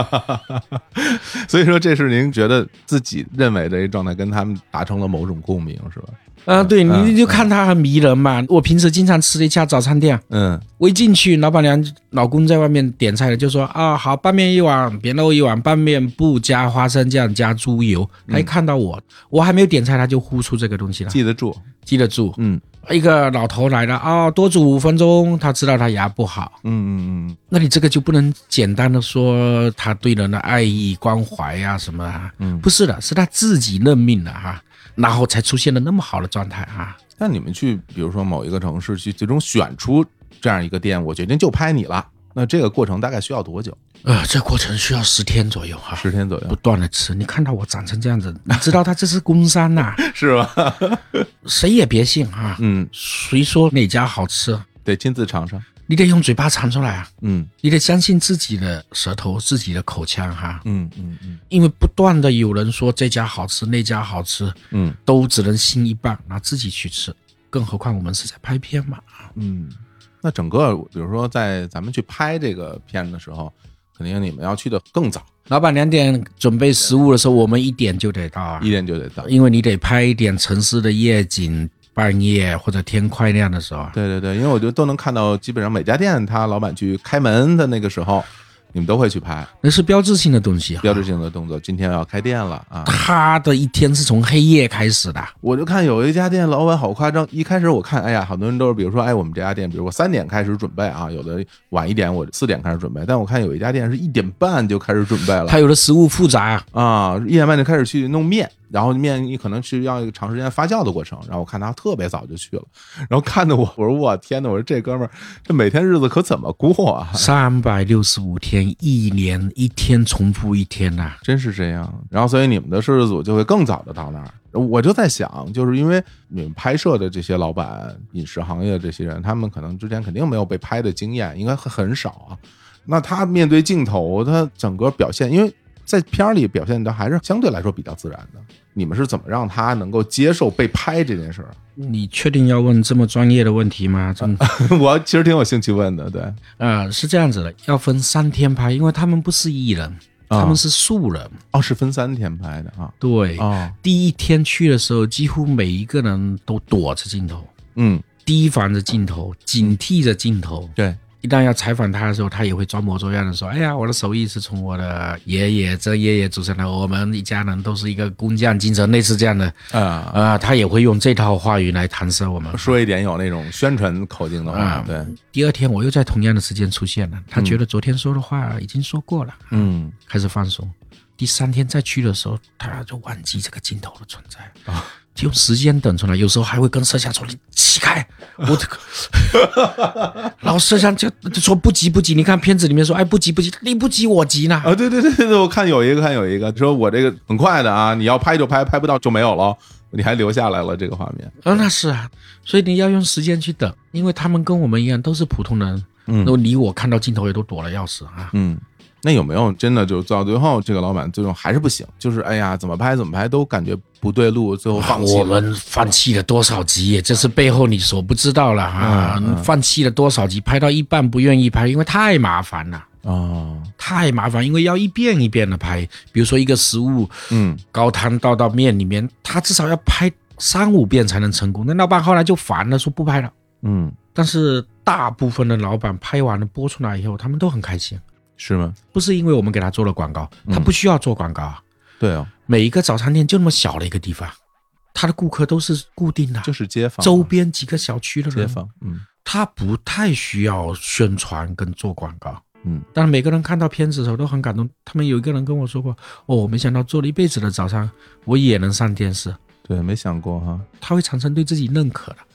所以说这是您觉得自己认为的一状态跟他们达成了某种共鸣是吧？ 啊，对，你就看他很迷人嘛。我平时经常吃的一家早餐店，嗯，我一进去，老板娘老公在外面点菜的，就说啊，好，拌面一碗，扁肉一碗，拌面不加花生酱，加猪油。他一看到我，我还没有点菜，他就呼出这个东西了， 记得住， 记得住， 嗯。 一个老头来了啊，多煮五分钟，他知道他牙不好， 嗯嗯嗯， 那你这个就不能简单的说他对人的爱意关怀呀、啊、什么啊，嗯，不是的，是他自己认命了哈、啊，然后才出现了那么好的状态啊。 那你们去，比如说某一个城市去最终选出这样一个店，我决定就拍你了，那这个过程大概需要多久？ 呃，这过程需要十天左右哈、啊， 十天左右， 不断的吃。你看到我长成这样子，你知道他这是工伤呐、啊， 是吧？ 谁也别信啊，嗯，谁说哪家好吃， 得亲自尝尝， 你得用嘴巴尝出来啊， 嗯， 你得相信自己的舌头，自己的口腔哈， 嗯嗯嗯， 因为不断的有人说这家好吃，那家好吃，嗯，都只能信一半，拿自己去吃，更何况我们是在拍片嘛， 嗯，那整个比如说在咱们去拍这个片的时候。肯定你们要去的更早， 老板两点准备食物的时候，我们一点就得到啊， 一点就得到， 因为你得拍一点城市的夜景，半夜或者天快亮的时候。 对对对，因为我觉得都能看到，基本上每家店他老板去开门的那个时候，你们都会去拍， 那是标志性的东西、啊， 标志性的动作。今天要开店了啊！ 他的一天是从黑夜开始的。 我就看有一家店老板好夸张，一开始我看，哎呀，好多人都是，比如说，哎，我们这家店，比如我三点开始准备啊，有的晚一点，我四点开始准备，但我看有一家店是一点半就开始准备了。 他有的食物复杂啊，一点半就开始去弄面。然后面你可能是要一个长时间发酵的过程，然后我看他特别早就去了，然后看得我，我说我天哪，我说这哥们儿这每天日子可怎么过啊？ 三百六十五天，一年一天重复一天呐、啊， 真是这样。然后所以你们的摄制组就会更早的到那儿。我就在想，就是因为你们拍摄的这些老板，饮食行业的这些人，他们可能之前肯定没有被拍的经验，应该很少啊。那他面对镜头，他整个表现，因为在片里表现的还是相对来说比较自然的。你们是怎么让他能够接受被拍这件事儿？ 你确定要问这么专业的问题吗？ 我其实挺有兴趣问的，对。 呃，是这样子的，要分三天拍，因为他们不是艺人，他们是素人。 哦，是分三天拍的啊？ 对。哦，第一天去的时候，几乎每一个人都躲着镜头，嗯，提防着镜头，警惕着镜头。 对。 一旦要采访他的时候，他也会装模作样的说：“哎呀，我的手艺是从我的爷爷、曾爷爷祖上的，我们一家人都是一个工匠精神，类似这样的啊啊、呃，他也会用这套话语来搪塞我们， 说一点有那种宣传口径的话。啊、对， 第二天我又在同样的时间出现了，他觉得昨天说的话已经说过了，嗯，开始放松。第三天再去的时候，他就忘记这个镜头的存在啊。”用时间等出来，有时候还会跟摄像说：“你起开！”我这个，然后摄像就就说不急不急。你看片子里面说：“哎，不急不急，你不急我急呢。” 啊，对对对对，我看有一个看有一个说：“我这个很快的啊，你要拍就拍，拍不到就没有了，你还留下来了这个画面。” 啊，那是啊，所以你要用时间去等，因为他们跟我们一样都是普通人，嗯，都离我看到镜头也都躲了要死啊， 嗯。那有没有真的就到最后，这个老板最终还是不行？就是哎呀，怎么拍怎么拍都感觉不对路，最后放弃了。 我们放弃了多少集？这是背后你所不知道了啊！嗯嗯、放弃了多少集？拍到一半不愿意拍，因为太麻烦了。哦，太麻烦，因为要一遍一遍的拍。比如说一个食物，嗯，高汤倒到面里面，他至少要拍三五遍才能成功。那老板后来就烦了，说不拍了。嗯，但是大部分的老板拍完了播出来以后，他们都很开心。 是吗？ 不是因为我们给他做了广告，他不需要做广告啊。 嗯、对哦， 每一个早餐店就那么小的一个地方，他的顾客都是固定的， 就是街坊， 周边几个小区的人， 街坊，嗯， 他不太需要宣传跟做广告，嗯。但是每个人看到片子的时候都很感动。他们有一个人跟我说过：“哦，我没想到做了一辈子的早餐，我也能上电视。” 对，没想过哈。 他会产生对自己认可的。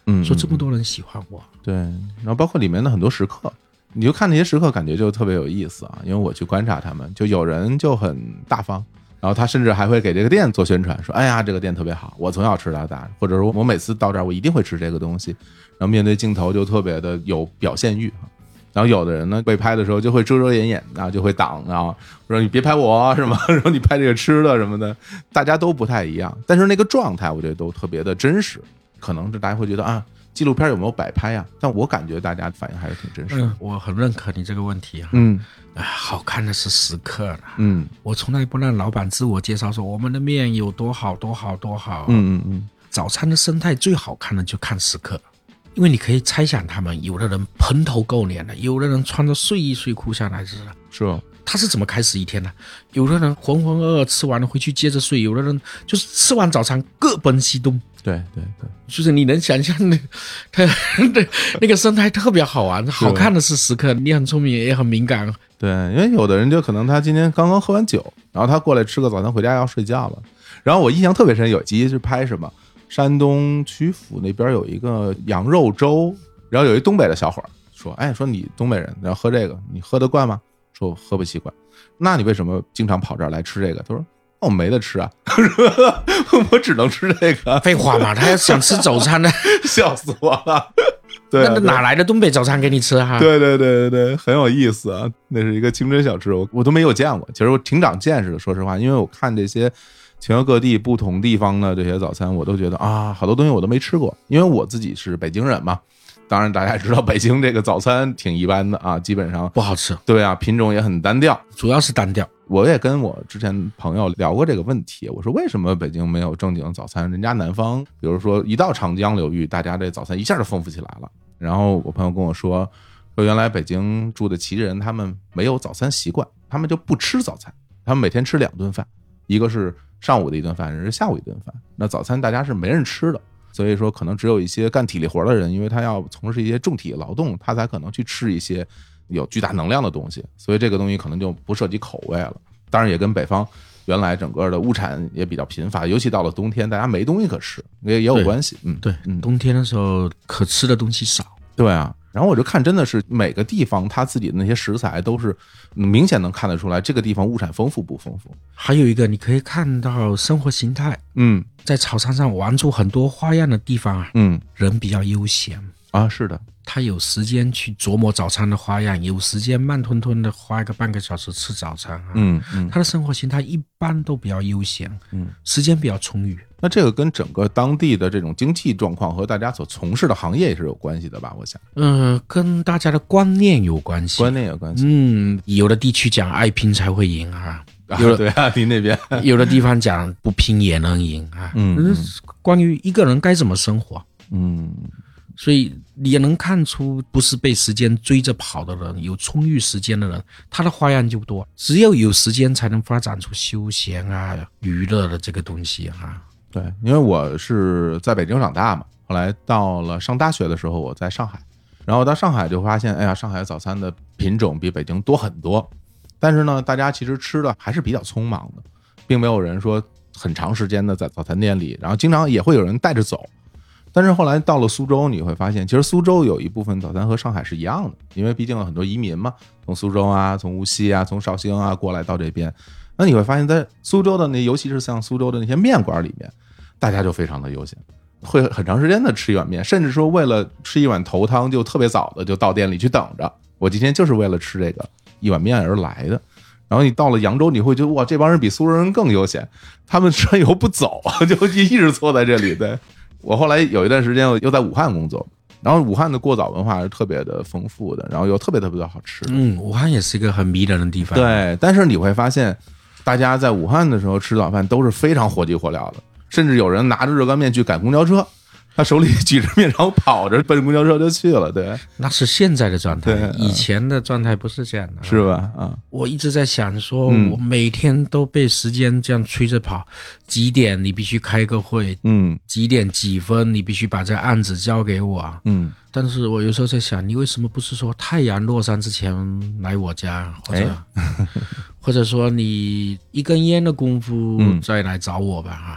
嗯，说这么多人喜欢我。 对，然后包括里面的很多食客，你就看那些食客，感觉就特别有意思啊。因为我去观察他们，就有人就很大方，然后他甚至还会给这个店做宣传，说：“哎呀，这个店特别好，我从小吃到大，或者说我每次到这儿我一定会吃这个东西。”然后面对镜头就特别的有表现欲。然后有的人呢，被拍的时候就会遮遮掩掩，然后就会挡，然后说你别拍我是吗？然后你拍这个吃的什么的，大家都不太一样，但是那个状态我觉得都特别的真实。可能大家会觉得啊，纪录片有没有摆拍啊？但我感觉大家反应还是挺真实的。 嗯，我很认可你这个问题哈。 嗯， 哎，好看的是食客了。 嗯， 我从来不让老板自我介绍说我们的面有多好多好多好。 嗯嗯嗯， 早餐的生态最好看的就看食客。因为你可以猜想他们，有的人蓬头垢脸的，有的人穿着睡衣睡裤下来吃的， 是哦， 他是怎么开始一天的？有的人浑浑噩噩吃完了回去接着睡，有的人就是吃完早餐各奔西东。 对对对， 就是你能想象的，他的那个生态特别好玩，好看的是时刻，你很聪明也很敏感。 对，因为有的人就可能他今天刚刚喝完酒，然后他过来吃个早餐回家要睡觉了。然后我印象特别深，有一集是拍什么？山东曲阜那边有一个羊肉粥，然后有一东北的小伙说：“哎，说你东北人，然后喝这个，你喝得惯吗？”说我喝不习惯。那你为什么经常跑这儿来吃这个？他说：“我没得吃啊，我只能吃这个。” 废话嘛，他要想吃早餐的， 笑死我了。对、啊， 那哪来的东北早餐给你吃哈、啊？ 对对对对对，很有意思啊，那是一个清真小吃，我我都没有见过。其实我挺长见识的，说实话，因为我看这些。全国各地不同地方的这些早餐，我都觉得啊，好多东西我都没吃过，因为我自己是北京人嘛。当然，大家知道北京这个早餐挺一般的啊，基本上不好吃。 对啊，品种也很单调， 主要是单调。 我也跟我之前朋友聊过这个问题，我说为什么北京没有正经的早餐？人家南方，比如说一到长江流域，大家这早餐一下就丰富起来了。然后我朋友跟我说，说原来北京住的旗人他们没有早餐习惯，他们就不吃早餐，他们每天吃两顿饭，一个是上午的一顿饭，是下午一顿饭。那早餐大家是没人吃的，所以说可能只有一些干体力活的人，因为他要从事一些重体力劳动，他才可能去吃一些有巨大能量的东西，所以这个东西可能就不涉及口味了。当然也跟北方原来整个的物产也比较贫乏，尤其到了冬天，大家没东西可吃，也也有关系。嗯， 对，嗯，冬天的时候可吃的东西少。 对啊。然后我就看，真的是每个地方它自己的那些食材都是明显能看得出来，这个地方物产丰富不丰富。 还有一个，你可以看到生活形态。 嗯， 在草场上玩出很多花样的地方啊， 嗯， 人比较悠闲啊，是的， 他有时间去琢磨早餐的花样，有时间慢吞吞的花一个半个小时吃早餐啊。 嗯嗯， 他的生活形态一般都比较悠闲， 嗯， 时间比较充裕。 那这个跟整个当地的这种经济状况和大家所从事的行业也是有关系的吧？我想， 嗯、呃，跟大家的观念有关系， 观念有关系。 嗯，有的地区讲爱拼才会赢啊，有的、 啊、对啊，你那边有的地方讲不拼也能赢啊。 嗯，嗯关于一个人该怎么生活， 嗯。 所以你也能看出，不是被时间追着跑的人，有充裕时间的人，他的花样就多。只有有时间，才能发展出休闲啊、娱乐的这个东西啊。 对，因为我是在北京长大嘛，后来到了上大学的时候，我在上海，然后到上海就发现，哎呀，上海早餐的品种比北京多很多。但是呢，大家其实吃的还是比较匆忙的，并没有人说很长时间的在早餐店里，然后经常也会有人带着走。但是后来到了苏州，你会发现，其实苏州有一部分早餐和上海是一样的，因为毕竟有很多移民嘛，从苏州啊、从无锡啊、从绍兴啊过来到这边。那你会发现在苏州的那，尤其是像苏州的那些面馆里面，大家就非常的悠闲，会很长时间的吃一碗面，甚至说为了吃一碗头汤就特别早的就到店里去等着。我今天就是为了吃这个一碗面而来的。然后你到了扬州，你会觉得哇，这帮人比苏州人更悠闲，他们吃完以后不走，就一直坐在这里。对。我后来有一段时间又在武汉工作，然后武汉的过早文化是特别的丰富的，然后又特别特别的好吃。 嗯，武汉也是一个很迷人的地方。 对，但是你会发现，大家在武汉的时候吃早饭都是非常火急火燎的，甚至有人拿着热干面去赶公交车，他手里举着面，然后跑着奔公交车就去了。对， 那是现在的状态， 对， 以前的状态不是这样的， 是吧？啊， 我一直在想说，我每天都被时间这样催着跑，几点你必须开个会，嗯，几点几分你必须把这案子交给我，嗯。但是我有时候在想，你为什么不是说太阳落山之前来我家，或者、哎、或者说你一根烟的功夫再来找我吧？哈、嗯。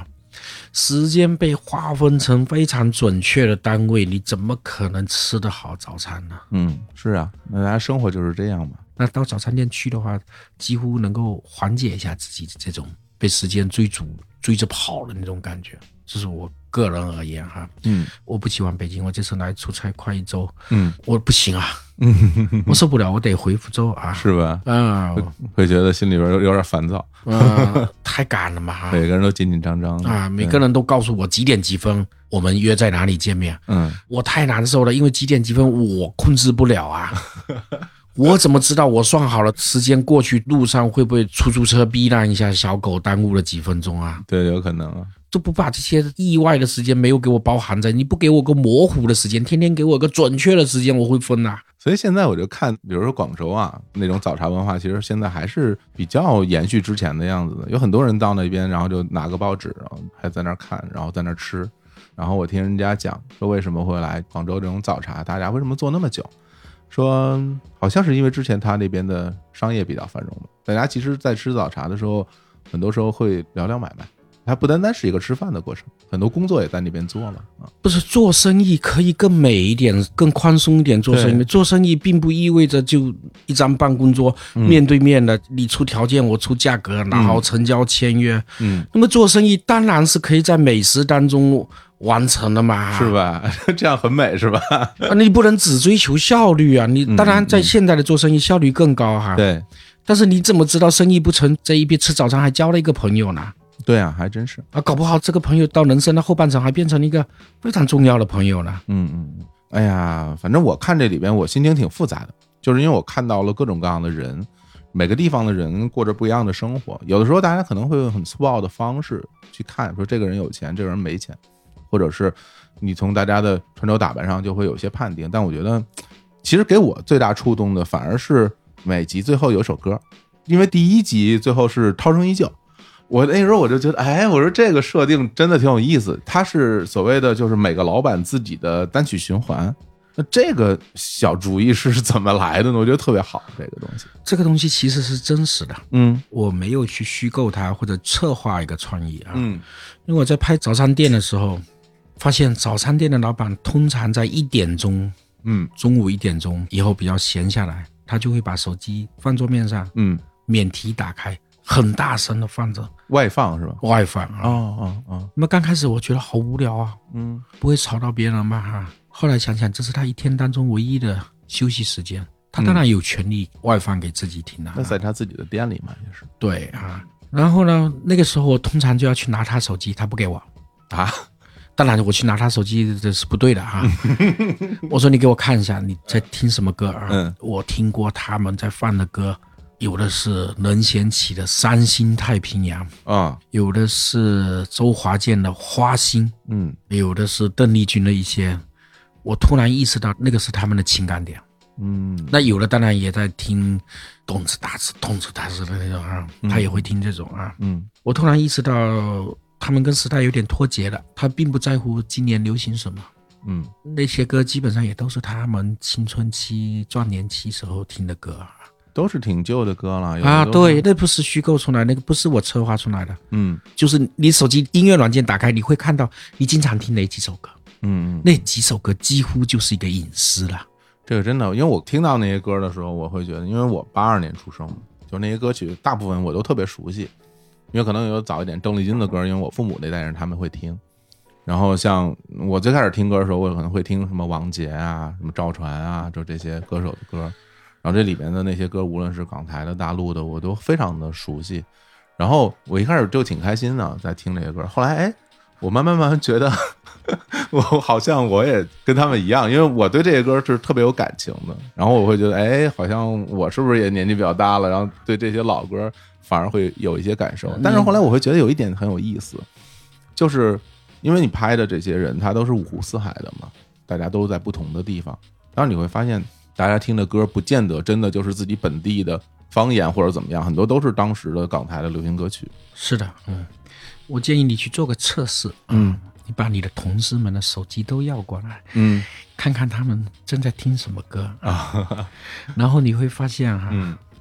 时间被划分成非常准确的单位，你怎么可能吃得好早餐呢？ 嗯，是啊，那大家生活就是这样嘛。 那到早餐店去的话，几乎能够缓解一下自己这种被时间追逐追着跑的那种感觉，这是我个人而言哈。嗯，我不喜欢北京，我这次来出差快一周，嗯，我不行啊，嗯，我受不了，我得回福州啊， 是吧？ 啊、 嗯，会觉得心里边有点烦躁， 呃，太赶了嘛， 每个人都紧紧张张的啊，每个人都告诉我几点几分我们约在哪里见面，嗯，我太难受了，因为几点几分我控制不了啊。我怎么知道我算好了时间过去路上会不会出租车逼让一下小狗耽误了几分钟啊？ 对，有可能啊。 就不把这些意外的时间没有给我包含在，你不给我个模糊的时间，天天给我个准确的时间，我会分啊。 所以现在我就看，比如说广州啊，那种早茶文化，其实现在还是比较延续之前的样子的。有很多人到那边，然后就拿个报纸，然后还在那看，然后在那吃。然后我听人家讲说，为什么会来广州这种早茶，大家为什么做那么久？说好像是因为之前他那边的商业比较繁荣嘛，大家其实在吃早茶的时候，很多时候会聊聊买卖，它不单单是一个吃饭的过程，很多工作也在那边做了啊。 不是做生意可以更美一点，更宽松一点。做生意，做生意并不意味着就一张办公桌、嗯、面对面的，你出条件我出价格，然后成交签约。嗯，那么做生意当然是可以在美食当中完成的嘛， 是吧？这样很美是吧？ 啊，你不能只追求效率啊！你当然在现在的做生意效率更高哈。 对， 但是你怎么知道生意不成？这一边吃早餐还交了一个朋友呢？ 对啊，还真是啊，搞不好这个朋友到人生的后半程还变成一个非常重要的朋友呢。 嗯嗯，哎呀，反正我看这里边我心情挺复杂的，就是因为我看到了各种各样的人，每个地方的人过着不一样的生活。有的时候大家可能会用很粗暴的方式去看，说这个人有钱，这个人没钱，或者是你从大家的穿着打扮上就会有一些判定。但我觉得其实给我最大触动的反而是每集最后有首歌，因为第一集最后是涛声依旧，我那时候我就觉得，哎，我说这个设定真的挺有意思。它是所谓的就是每个老板自己的单曲循环，那这个小主意是怎么来的呢？我觉得特别好，这个东西。 这个东西其实是真实的，嗯，我没有去虚构它或者策划一个创意啊，嗯，因为我在拍早餐店的时候，发现早餐店的老板通常在一点钟，嗯，中午一点钟以后比较闲下来，他就会把手机放桌面上，嗯，免提打开。很大声的放着， 外放是吧？ 外放啊， 哦哦哦。 那么刚开始我觉得好无聊啊，嗯，不会吵到别人吧？哈。后来想想，这是他一天当中唯一的休息时间，他当然有权利外放给自己听啊。 那在他自己的店里嘛，也是。 对啊，然后呢，那个时候我通常就要去拿他手机，他不给我啊。当然，我去拿他手机这是不对的哈。我说你给我看一下你在听什么歌啊？嗯，我听过他们在放的歌。有的是任贤齐的《三星太平洋》啊，有的是周华健的《花心》，嗯，有的是邓丽君的一些，我突然意识到那个是他们的情感点，嗯，那有的当然也在听动次打次、动次打次的那种啊，他也会听这种啊，嗯，我突然意识到他们跟时代有点脱节了，他并不在乎今年流行什么，嗯，那些歌基本上也都是他们青春期、壮年期时候听的歌啊。 都是挺旧的歌了啊，对，那不是虚构出来，那个不是我策划出来的，嗯，就是你手机音乐软件打开，你会看到你经常听哪几首歌，嗯，那几首歌几乎就是一个隐私了。 这个真的，因为我听到那些歌的时候，我会觉得，因为我八二年出生，就那些歌曲大部分我都特别熟悉，因为可能有早一点邓丽君的歌，因为我父母那代人他们会听，然后像我最开始听歌的时候，我可能会听什么王杰啊、什么赵传啊，就这些歌手的歌。然后这里面的那些歌，无论是港台的、大陆的，我都非常的熟悉。然后我一开始就挺开心的，在听这些歌。后来，哎，我慢慢慢慢觉得，我好像我也跟他们一样，因为我对这些歌是特别有感情的。然后我会觉得，哎，好像我是不是也年纪比较大了？然后对这些老歌反而会有一些感受。但是后来我会觉得有一点很有意思，就是因为你拍的这些人，他都是五湖四海的嘛，大家都在不同的地方，然后你会发现。大家听的歌不见得真的就是自己本地的方言或者怎么样，很多都是当时的港台的流行歌曲。 是的，嗯，我建议你去做个测试，嗯，你把你的同事们的手机都要过来，嗯，看看他们正在听什么歌啊，然后你会发现哈，嗯，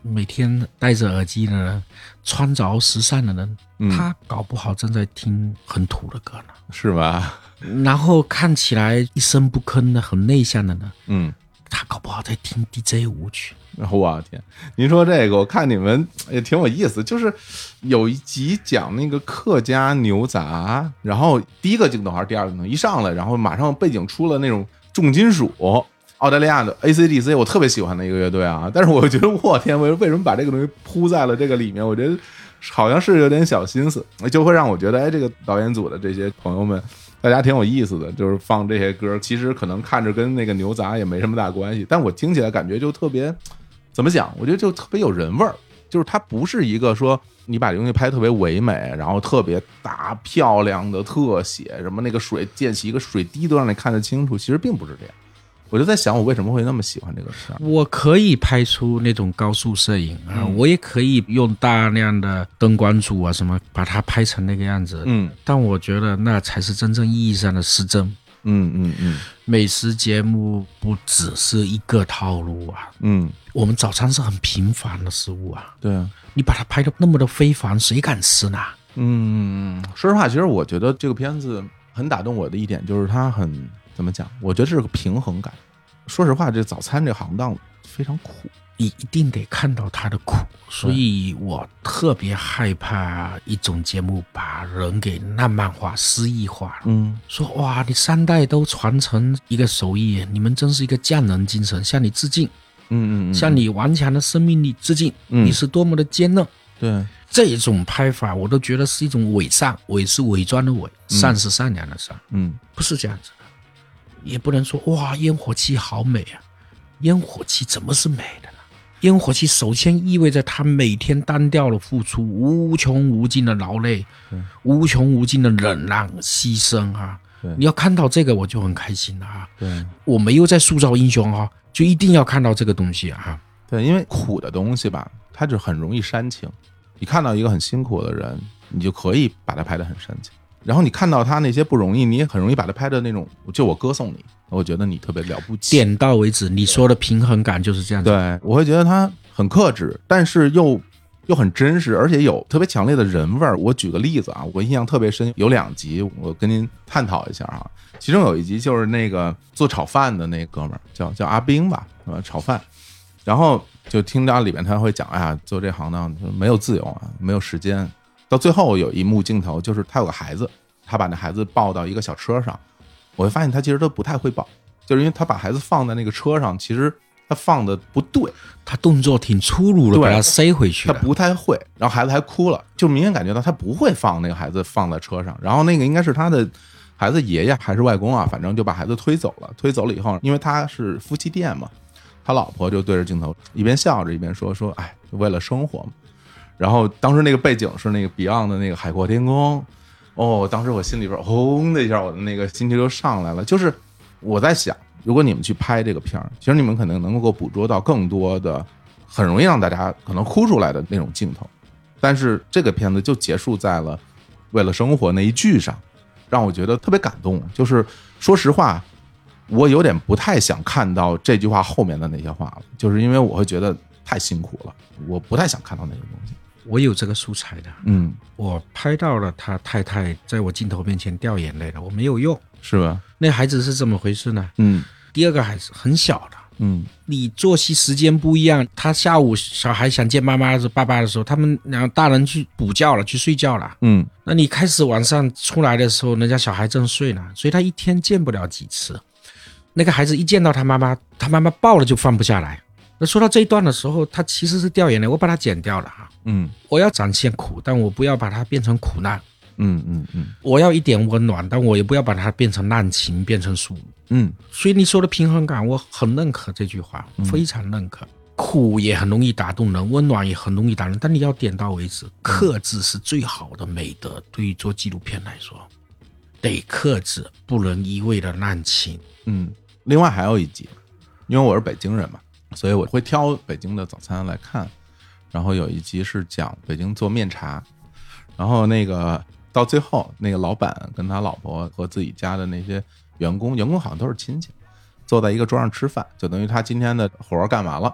每天戴着耳机的人，穿着时尚的人、 嗯、 他搞不好正在听很土的歌呢， 是吧？ 然后看起来一声不吭的很内向的呢， 嗯， 他搞不好在听 D J 舞曲。 我天，您说这个我看你们也挺有意思，就是有一集讲那个客家牛杂，然后第一个镜头还是第二个镜头一上来，然后马上背景出了那种重金属，澳大利亚的 A C D C 我特别喜欢的一个乐队啊，但是我觉得我天，为为什么把这个东西铺在了这个里面，我觉得好像是有点小心思，就会让我觉得哎，这个导演组的这些朋友们大家挺有意思的，就是放这些歌其实可能看着跟那个牛杂也没什么大关系，但我听起来感觉就特别怎么讲，我觉得就特别有人味儿，就是它不是一个说你把这东西拍特别唯美，然后特别大漂亮的特写，什么那个水溅起一个水滴都让你看得清楚，其实并不是这样。我就在想我为什么会那么喜欢这个片。 我可以拍出那种高速摄影啊、嗯，我也可以用大量的灯光组啊什么把它拍成那个样子， 嗯， 但我觉得那才是真正意义上的失真。 嗯嗯嗯， 美食节目不只是一个套路啊， 嗯， 我们早餐是很平凡的食物啊， 对啊， 你把它拍得那么的非凡，谁敢吃呢？ 嗯，说实话，其实我觉得这个片子很打动我的一点就是它很怎么讲？我觉得这是个平衡感。说实话，这早餐这行当非常苦， 你一定得看到它的苦，所以我特别害怕一种节目把人给浪漫化、诗意化。 嗯， 说哇，你三代都传承一个手艺，你们真是一个匠人精神，向你致敬。 嗯 嗯, 嗯， 向你顽强的生命力致敬。嗯，你是多么的坚韧。 对， 这种拍法我都觉得是一种伪善，伪是伪装的伪，善是善良的善。 嗯， 不是这样子的。也不能说哇烟火气好美啊，烟火气怎么是美的呢？烟火气首先意味着他每天单调的付出，无穷无尽的劳累，无穷无尽的忍让牺牲啊。你要看到这个我就很开心了啊。 对， 我没有在塑造英雄啊，就一定要看到这个东西啊。 对，因为苦的东西吧，它就很容易煽情。你看到一个很辛苦的人，你就可以把它拍得很煽情。然后你看到他那些不容易，你也很容易把他拍的那种，就我歌颂你，我觉得你特别了不起， 点到为止。你说的平衡感就是这样子。 对，我会觉得他很克制，但是又又很真实，而且有特别强烈的人味儿。我举个例子啊，我印象特别深，有两集我跟您探讨一下啊。其中有一集就是那个做炒饭的那哥们儿，叫叫阿兵吧，呃，炒饭，然后就听到里面他会讲，哎呀，做这行当没有自由啊，没有时间。到最后有一幕镜头，就是他有个孩子，他把那孩子抱到一个小车上，我会发现他其实都不太会抱，就是因为他把孩子放在那个车上，其实他放的不对， 他动作挺粗鲁的，把他塞回去， 他不太会，然后孩子还哭了，就明显感觉到他不会放那个孩子放在车上，然后那个应该是他的孩子爷爷还是外公啊，反正就把孩子推走了，推走了以后，因为他是夫妻店嘛，他老婆就对着镜头一边笑着一边说说，哎，为了生活嘛。然后当时那个背景是那个 Beyond 的那个海阔天空，哦，当时我心里边轰的一下，我的那个心情就上来了。就是我在想，如果你们去拍这个片儿，其实你们可能能够捕捉到更多的很容易让大家可能哭出来的那种镜头，但是这个片子就结束在了为了生活那一句上，让我觉得特别感动。就是说实话，我有点不太想看到这句话后面的那些话了，就是因为我会觉得太辛苦了，我不太想看到那个东西。 我有这个素材的， 嗯， 我拍到了他太太在我镜头面前掉眼泪了，我没有用， 是吧？ 那孩子是怎么回事呢？ 嗯， 第二个孩子很小的， 嗯， 你作息时间不一样，他下午小孩想见妈妈的时候、爸爸的时候，他们两个大人去补觉了，去睡觉了， 嗯， 那你开始晚上出来的时候，人家小孩正睡呢，所以他一天见不了几次。那个孩子一见到他妈妈，他妈妈抱了就放不下来。那说到这一段的时候，他其实是掉眼泪，我把它剪掉了哈。 嗯， 我要展现苦，但我不要把它变成苦难。 嗯嗯嗯， 我要一点温暖，但我也不要把它变成滥情，变成俗。 嗯， 所以你说的平衡感，我很认可这句话，非常认可。苦也很容易打动人，温暖也很容易打动人，但你要点到为止，克制是最好的美德。对于做纪录片来说，得克制，不能一味的滥情。 嗯，另外还有一集，因为我是北京人嘛，所以我会挑北京的早餐来看。然后有一集是讲北京做面茶，然后那个到最后，那个老板跟他老婆和自己家的那些员工，员工好像都是亲戚，坐在一个桌上吃饭，就等于他今天的活干完了。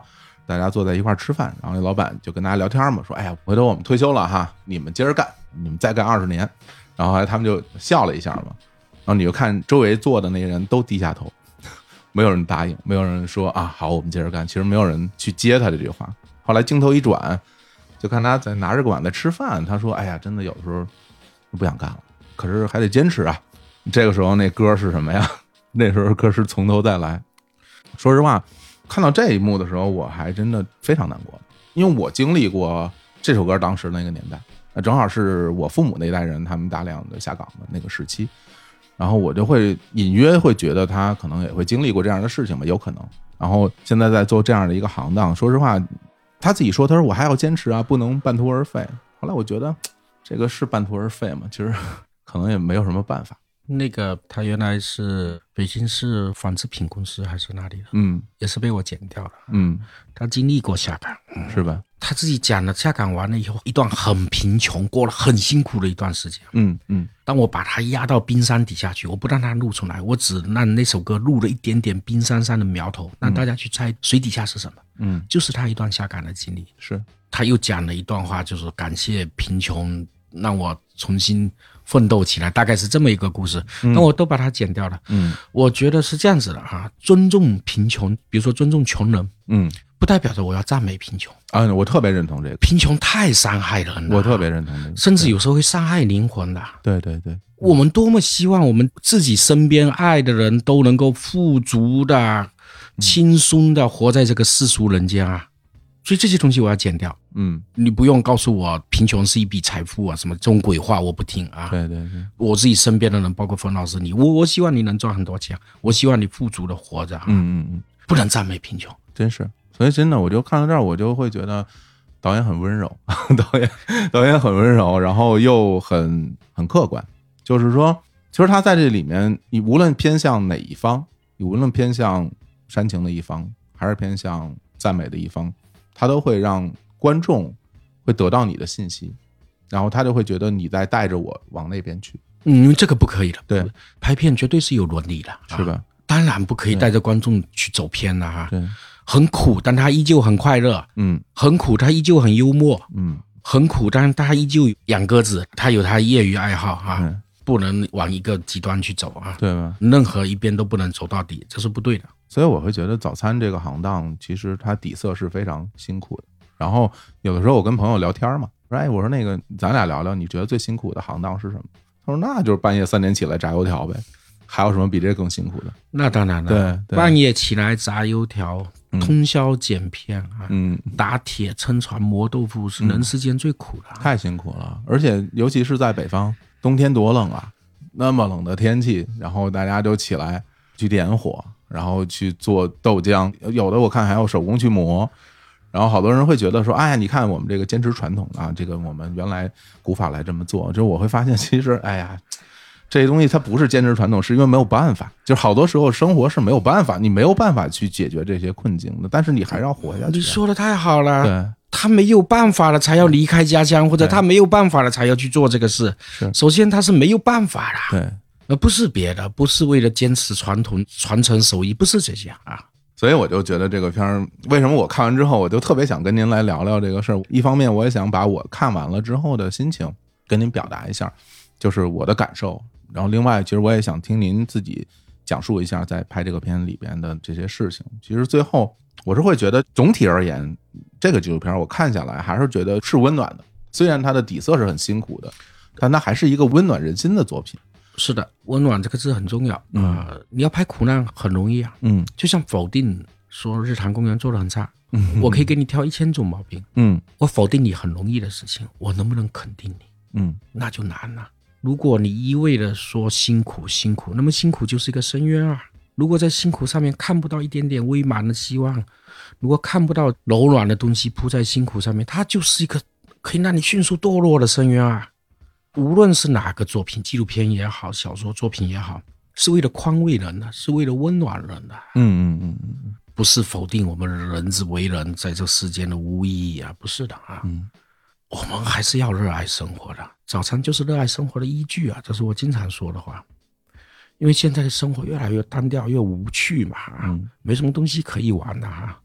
大家坐在一块吃饭，然后那老板就跟大家聊天嘛，说哎呀，回头我们退休了哈，你们接着干，你们再干二十年。然后他们就笑了一下嘛，然后你就看周围坐的那些人都低下头，没有人答应，没有人说啊好，我们接着干。其实没有人去接他这句话。后来镜头一转，就看他在拿着个碗在吃饭，他说哎呀，真的有的时候不想干了，可是还得坚持啊。这个时候那歌是什么呀？那时候歌是从头再来。说实话，看到这一幕的时候，我还真的非常难过，因为我经历过这首歌当时那个年代，那正好是我父母那一代人他们大量的下岗的那个时期，然后我就会隐约会觉得他可能也会经历过这样的事情吧，有可能。然后现在在做这样的一个行当，说实话，他自己说，他说我还要坚持啊，不能半途而废。后来我觉得这个是半途而废嘛，其实可能也没有什么办法。 那个他原来是北京市纺织品公司还是哪里的， 嗯， 也是被我剪掉了。 嗯， 他经历过下岗， 嗯、是吧？ 他自己讲了下岗完了以后，一段很贫穷，过了很辛苦的一段时间。 嗯嗯。 当我把他压到冰山底下去，我不让他录出来，我只让那首歌录了一点点冰山上的苗头，让大家去猜水底下是什么。嗯，就是他一段下岗的经历。 是， 他又讲了一段话，就是感谢贫穷让我重新奋斗起来，大概是这么一个故事。那、嗯、我都把它剪掉了。嗯，我觉得是这样子的哈，尊重贫穷，比如说尊重穷人，嗯，不代表着我要赞美贫穷啊。我特别认同这个， 贫穷太伤害人了， 我特别认同这个， 甚至有时候会伤害灵魂的。 对对对， 我们多么希望我们自己身边爱的人都能够富足的、轻松的活在这个世俗人间啊。所以这些东西我要剪掉。嗯，你不用告诉我贫穷是一笔财富啊，什么这种鬼话我不听啊。 对对对， 我自己身边的人，包括冯老师你，我我希望你能赚很多钱，我希望你富足的活着啊。嗯嗯嗯，不能赞美贫穷， 真是。所以真的，我就看到这儿，我就会觉得导演很温柔，导演导演很温柔，然后又很很客观。就是说，其实他在这里面，你无论偏向哪一方，你无论偏向煽情的一方，还是偏向赞美的一方，他都会让观众会得到你的信息，然后他就会觉得你在带着我往那边去。 嗯，这个不可以的。 对， 拍片绝对是有伦理的， 是吧？ 啊、当然不可以带着观众去走偏了哈。 对， 很苦，但他依旧很快乐。嗯，很苦，他依旧很幽默。嗯，很苦，但他依旧养鸽子，他有他业余爱好哈、啊，不能往一个极端去走啊。 对吧？ 任何一边都不能走到底，这是不对的。 所以我会觉得早餐这个行当其实它底色是非常辛苦的。然后有的时候我跟朋友聊天嘛，说哎，我说那个咱俩聊聊，你觉得最辛苦的行当是什么？他说那就是半夜三点起来炸油条呗，还有什么比这更辛苦的？ 那当然了， 对，对半夜起来炸油条，嗯、通宵剪片啊，嗯，打铁撑船磨豆腐是人世间最苦的、啊嗯，太辛苦了。而且尤其是在北方，冬天多冷啊，那么冷的天气，然后大家就起来去点火。然后去做豆浆，有的我看还要手工去磨，然后好多人会觉得说，哎呀，你看我们这个坚持传统啊，这个我们原来古法来这么做，就我会发现其实，哎呀，这些东西它不是坚持传统，是因为没有办法，就好多时候生活是没有办法，你没有办法去解决这些困境的，但是你还是要活下去。 你说的太好了， 对， 他没有办法了才要离开家乡，或者他没有办法了才要去做这个事。 是， 首先他是没有办法的。 对。 而不是别的，不是为了坚持传统、传承手艺，不是这些啊。 所以我就觉得这个片儿，为什么我看完之后，我就特别想跟您来聊聊这个事儿。一方面，我也想把我看完了之后的心情跟您表达一下，就是我的感受。然后，另外，其实我也想听您自己讲述一下在拍这个片里边的这些事情。其实最后，我是会觉得总体而言，这个纪录片我看下来还是觉得是温暖的。虽然它的底色是很辛苦的，但它还是一个温暖人心的作品。 是的，温暖这个字很重要啊、嗯呃！你要拍苦难很容易啊，嗯，就像否定说日坛公园做得很差，嗯，我可以给你挑一千种毛病，嗯，我否定你很容易的事情，我能不能肯定你？嗯，那就难了。如果你一味的说辛苦辛苦，那么辛苦就是一个深渊啊！如果在辛苦上面看不到一点点微茫的希望，如果看不到柔软的东西铺在辛苦上面，它就是一个可以让你迅速堕落的深渊啊！无论是哪个作品，纪录片也好，小说作品也好，是为了宽慰人的，是为了温暖人的。嗯嗯嗯嗯，不是否定我们人之为人在这世间的无意义啊，不是的啊。嗯，我们还是要热爱生活的。早餐就是热爱生活的依据啊，这是我经常说的话。因为现在的生活越来越单调，越无趣嘛，嗯，没什么东西可以玩的哈。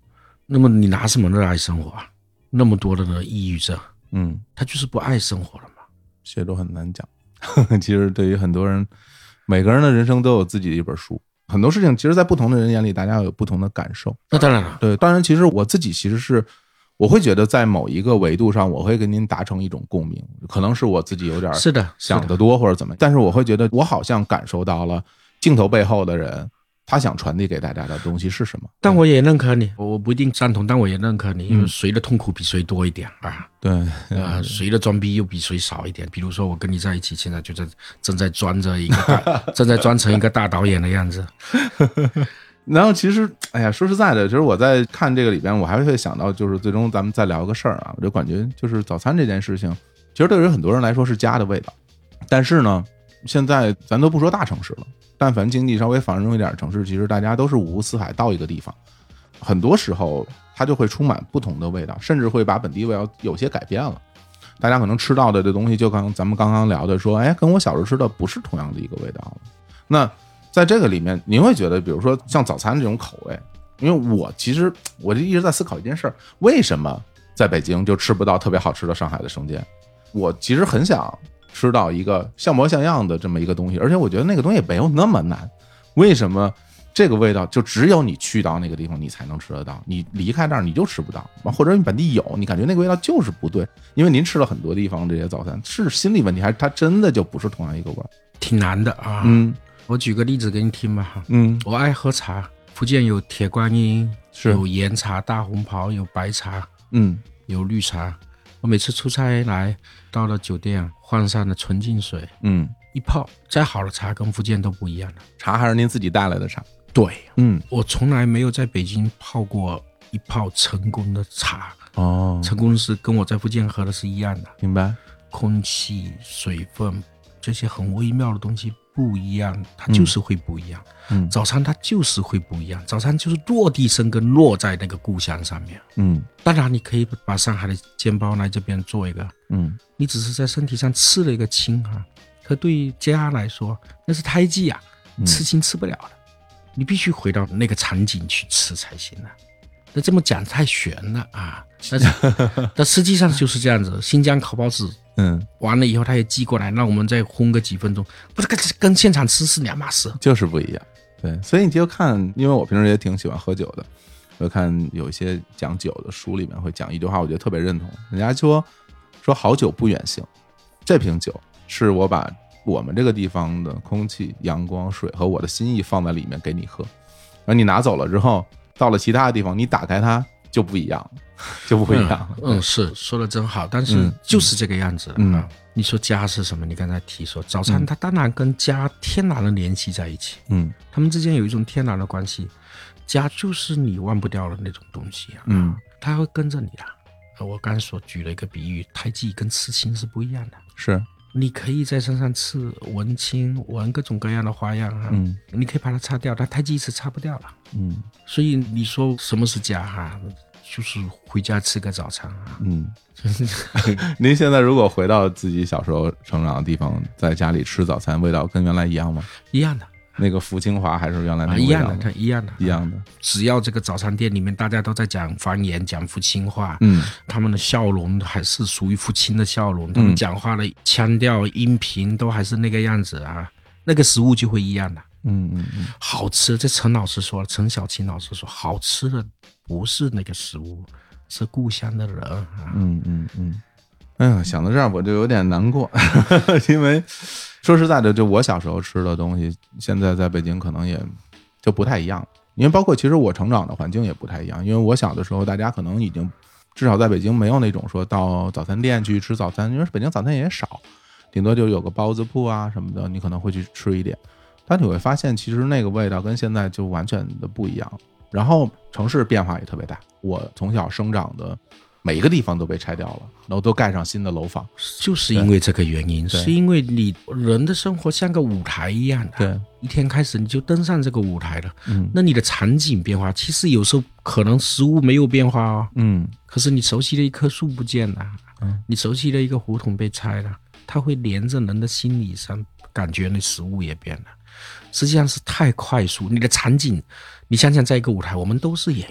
那么你拿什么热爱生活啊？那么多的抑郁症， 嗯， 他就是不爱生活了嘛。 这都很难讲。其实对于很多人，每个人的人生都有自己的一本书，很多事情其实在不同的人眼里大家有不同的感受。 那当然了， 对，当然其实我自己其实是我会觉得在某一个维度上我会跟您达成一种共鸣，可能是我自己有点是的想得多或者怎么样，但是我会觉得我好像感受到了镜头背后的人他想传递给大家的东西是什么。 但我也认可你，我不一定赞同，但我也认可你，因为谁的痛苦比谁多一点啊？ 对啊，谁的装逼又比谁少一点？比如说我跟你在一起，现在就在正在装着一个大正在装成一个大导演的样子。 然后其实哎呀，说实在的，其实我在看这个里边我还会想到，就是最终咱们再聊个事儿啊，我就感觉就是早餐这件事情其实对于很多人来说是家的味道，但是呢现在咱都不说大城市了，但凡经济稍微繁荣一点的城市，其实大家都是五湖四海到一个地方，很多时候它就会充满不同的味道，甚至会把本地味道有些改变了。大家可能吃到的这东西就刚咱们刚刚聊的说，哎，跟我小时候吃的不是同样的一个味道了。那在这个里面您会觉得比如说像早餐这种口味，因为我其实我就一直在思考一件事儿，为什么在北京就吃不到特别好吃的上海的生煎？我其实很想吃到一个像模像样的这么一个东西，而且我觉得那个东西也没有那么难，为什么这个味道就只有你去到那个地方你才能吃得到，你离开那儿你就吃不到，或者你本地有，你感觉那个味道就是不对？因为您吃了很多地方这些早餐，是心理问题还是它真的就不是同样一个味儿？ 挺难的啊。 嗯， 我举个例子给你听吧。 嗯， 我爱喝茶，福建有铁观音， 是有岩茶、大红袍，有白茶， 嗯， 有绿茶。我每次出差来到了酒店，换上了纯净水， 嗯， 一泡，再好的茶跟福建都不一样的。 茶还是您自己带来的茶？ 对， 嗯， 我从来没有在北京泡过一泡成功的茶。 哦， 成功是跟我在福建喝的是一样的。 明白。 空气、水分这些很微妙的东西不一样，它就是会不一样。嗯，早餐它就是会不一样，早餐就是落地生根，落在那个故乡上面。 嗯， 当然你可以把上海的煎包来这边做一个，嗯，你只是在身体上吃了一个青哈，可对于家来说那是胎记啊，吃青吃不了的，你必须回到那个场景去吃才行啊。那这么讲太悬了啊，但是但实际上就是这样子。新疆烤包子，嗯，完了以后他也寄过来，让我们再烘个几分钟，不是跟跟现场吃是两码事， 就是不一样。对，所以你就看，因为我平时也挺喜欢喝酒的，我看有一些讲酒的书里面会讲一句话，我觉得特别认同。人家说说好酒不远行，这瓶酒是我把我们这个地方的空气、阳光、水和我的心意放在里面给你喝，然后你拿走了之后，到了其他的地方，你打开它就不一样了，就不一样了。 嗯，嗯是说的真好，但是就是这个样子了、嗯啊。你说家是什么？你刚才提说早餐，它当然跟家天然的联系在一起，嗯，他们之间有一种天然的关系，家就是你忘不掉的那种东西啊，嗯，它会跟着你的。我刚才所举了一个比喻，胎记跟刺青是不一样的， 是。 你可以在身上刺纹青，纹各种各样的花样啊，嗯，你可以把它擦掉，但胎记是擦不掉了，嗯，所以你说什么是家哈？就是回家吃个早餐啊，嗯。 您现在如果回到自己小时候成长的地方，在家里吃早餐，味道跟原来一样吗？ 一样的。 那个福清华还是原来那个味道、啊、 一样的，它一样的， 一样的。 只要这个早餐店里面大家都在讲方言，讲福清话，嗯，他们的笑容还是属于福清的笑容，他们讲话的腔调、音频都还是那个样子啊，那个食物就会一样的。嗯嗯嗯，好吃。这陈老师说了，陈小青老师说，好吃的不是那个食物，是故乡的人啊。 嗯嗯嗯。哎呀，想到这儿我就有点难过，因为说实在的，就我小时候吃的东西，现在在北京可能也就不太一样。因为包括其实我成长的环境也不太一样，因为我小的时候，大家可能已经至少在北京没有那种说到早餐店去吃早餐，因为北京早餐也少，顶多就有个包子铺啊什么的，你可能会去吃一点。但你会发现，其实那个味道跟现在就完全的不一样。然后城市变化也特别大，我从小生长的每一个地方都被拆掉了，然后都盖上新的楼房， 就是因为这个原因，是因为你人的生活像个舞台一样的，对，一天开始你就登上这个舞台了，嗯，那你的场景变化，其实有时候可能食物没有变化哦，嗯，可是你熟悉的一棵树不见了，嗯，你熟悉的一个胡同被拆了，它会连着人的心理上感觉那食物也变了，实际上是太快速，你的场景，你想想在一个舞台，我们都是演员。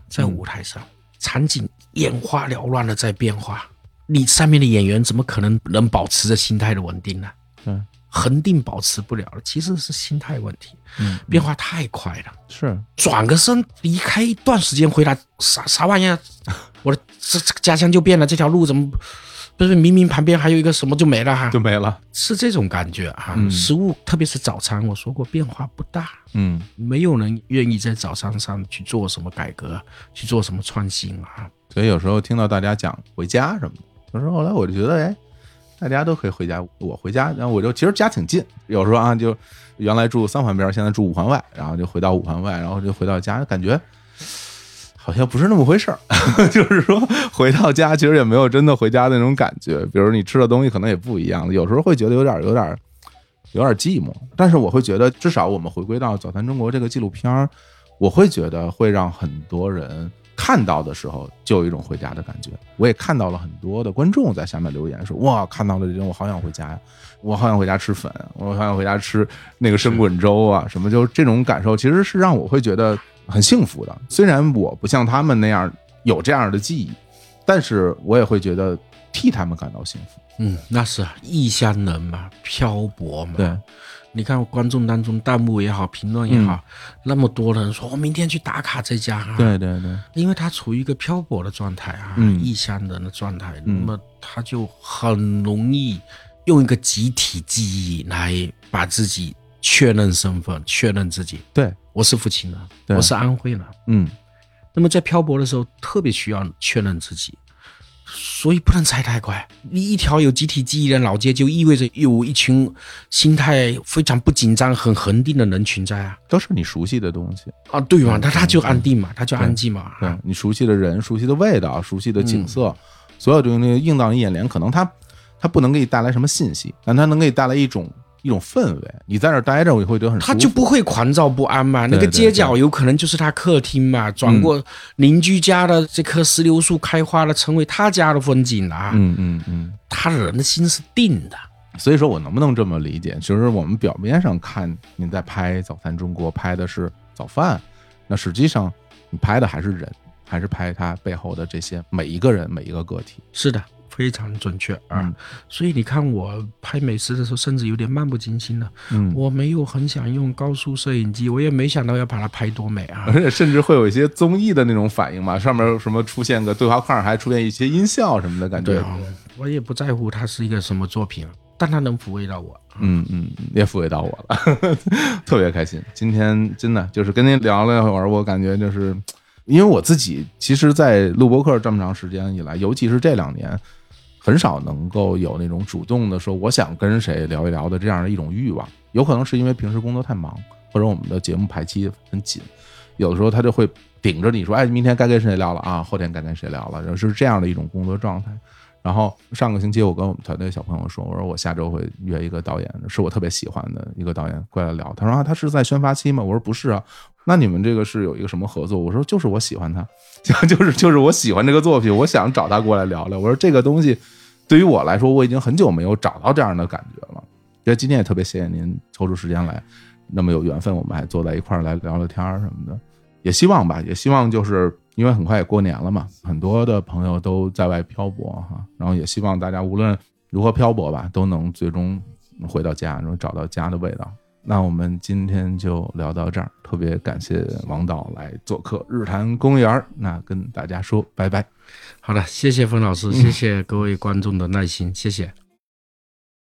在舞台上，嗯、场景眼花缭乱的在变化，你上面的演员怎么可能能保持着心态的稳定呢？ 嗯， 恒定保持不了了，其实是心态问题。嗯，变化太快了。 是， 转个身离开一段时间回来，啥啥玩意儿？我的这这个家乡就变了，这条路怎么不是明明旁边还有一个什么就没了哈？ 就没了， 是这种感觉啊。嗯、食物特别是早餐，我说过变化不大。 嗯， 没有人愿意在早餐上去做什么改革，去做什么创新啊。 所以有时候听到大家讲回家什么的，有时候后来我就觉得，哎，大家都可以回家，我回家，然后我就其实家挺近，有时候啊，就原来住三环边，现在住五环外，然后就回到五环外，然后就回到家，感觉好像不是那么回事儿，就是说回到家其实也没有真的回家的那种感觉，比如你吃的东西可能也不一样，有时候会觉得有点有点有点寂寞，但是我会觉得至少我们回归到《早餐中国》这个纪录片，我会觉得会让很多人看到的时候就有一种回家的感觉。我也看到了很多的观众在下面留言说，哇，看到了这种我好想回家呀，我好想回家吃粉，我好想回家吃那个生滚粥啊什么，就这种感受其实是让我会觉得很幸福的。虽然我不像他们那样有这样的记忆，但是我也会觉得替他们感到幸福。 嗯，那是异乡人嘛，漂泊嘛。 对， 你看观众当中弹幕也好，评论也好，嗯、那么多人说我明天去打卡这家啊。 对对对， 因为他处于一个漂泊的状态啊， 嗯、 异乡人的状态，那么他就很容易用一个集体记忆来把自己确认身份，确认自己。 对， 我是福清人，我是安徽人。 嗯， 那么在漂泊的时候，特别需要确认自己。所以不能猜太快，你一条有集体记忆的老街就意味着有一群心态非常不紧张很恒定的人群在啊， 都是你熟悉的东西啊，对嘛，他他就安定嘛，他就安静嘛， 对，对你熟悉的人、熟悉的味道、熟悉的景色，嗯、所有东西映到你眼帘，可能它它不能给你带来什么信息，但它能给你带来一种一种氛围，你在那儿待着，我会觉得很舒服， 他就不会狂躁不安嘛。那个街角有可能就是他客厅嘛，转过邻居家的这棵石榴树开花了，成为他家的风景了啊。 嗯嗯嗯， 他人的心是定的。 所以说我能不能这么理解？就是我们表面上看你在拍《早餐中国》，拍的是早饭，那实际上你拍的还是人，还是拍他背后的这些每一个人、每一个个体。 是的。非常准确啊、嗯，所以你看我拍美食的时候，甚至有点漫不经心的。嗯，我没有很想用高速摄影机，我也没想到要把它拍多美啊！ 而且甚至会有一些综艺的那种反应嘛，上面什么出现个对话框，还出现一些音效什么的感觉。 对啊，我也不在乎它是一个什么作品，但它能抚慰到我。 嗯嗯，也抚慰到我了，特别开心。今天真的就是跟您聊了一会儿，我感觉就是，因为我自己其实，在录播客这么长时间以来，尤其是这两年。很少能够有那种主动的说我想跟谁聊一聊的这样的一种欲望，有可能是因为平时工作太忙，或者我们的节目排期很紧，有的时候他就会顶着你说，哎，明天该跟谁聊了啊，后天该跟谁聊了，然后是这样的一种工作状态。然后上个星期我跟我们团队小朋友说，我说我下周会约一个导演，是我特别喜欢的一个导演过来聊。他说啊，他是在宣发期吗？我说不是啊。那你们这个是有一个什么合作？我说就是我喜欢他，就是就是我喜欢这个作品，我想找他过来聊聊。我说这个东西对于我来说，我已经很久没有找到这样的感觉了。觉得今天也特别谢谢您抽出时间来，那么有缘分，我们还坐在一块儿来聊聊天什么的。也希望吧，也希望就是因为很快也过年了嘛，很多的朋友都在外漂泊哈，然后也希望大家无论如何漂泊吧，都能最终回到家，然后找到家的味道。那我们今天就聊到这儿，特别感谢王导来做客日坛公园，那跟大家说拜拜。 好的，谢谢冯老师，谢谢各位观众的耐心，谢谢。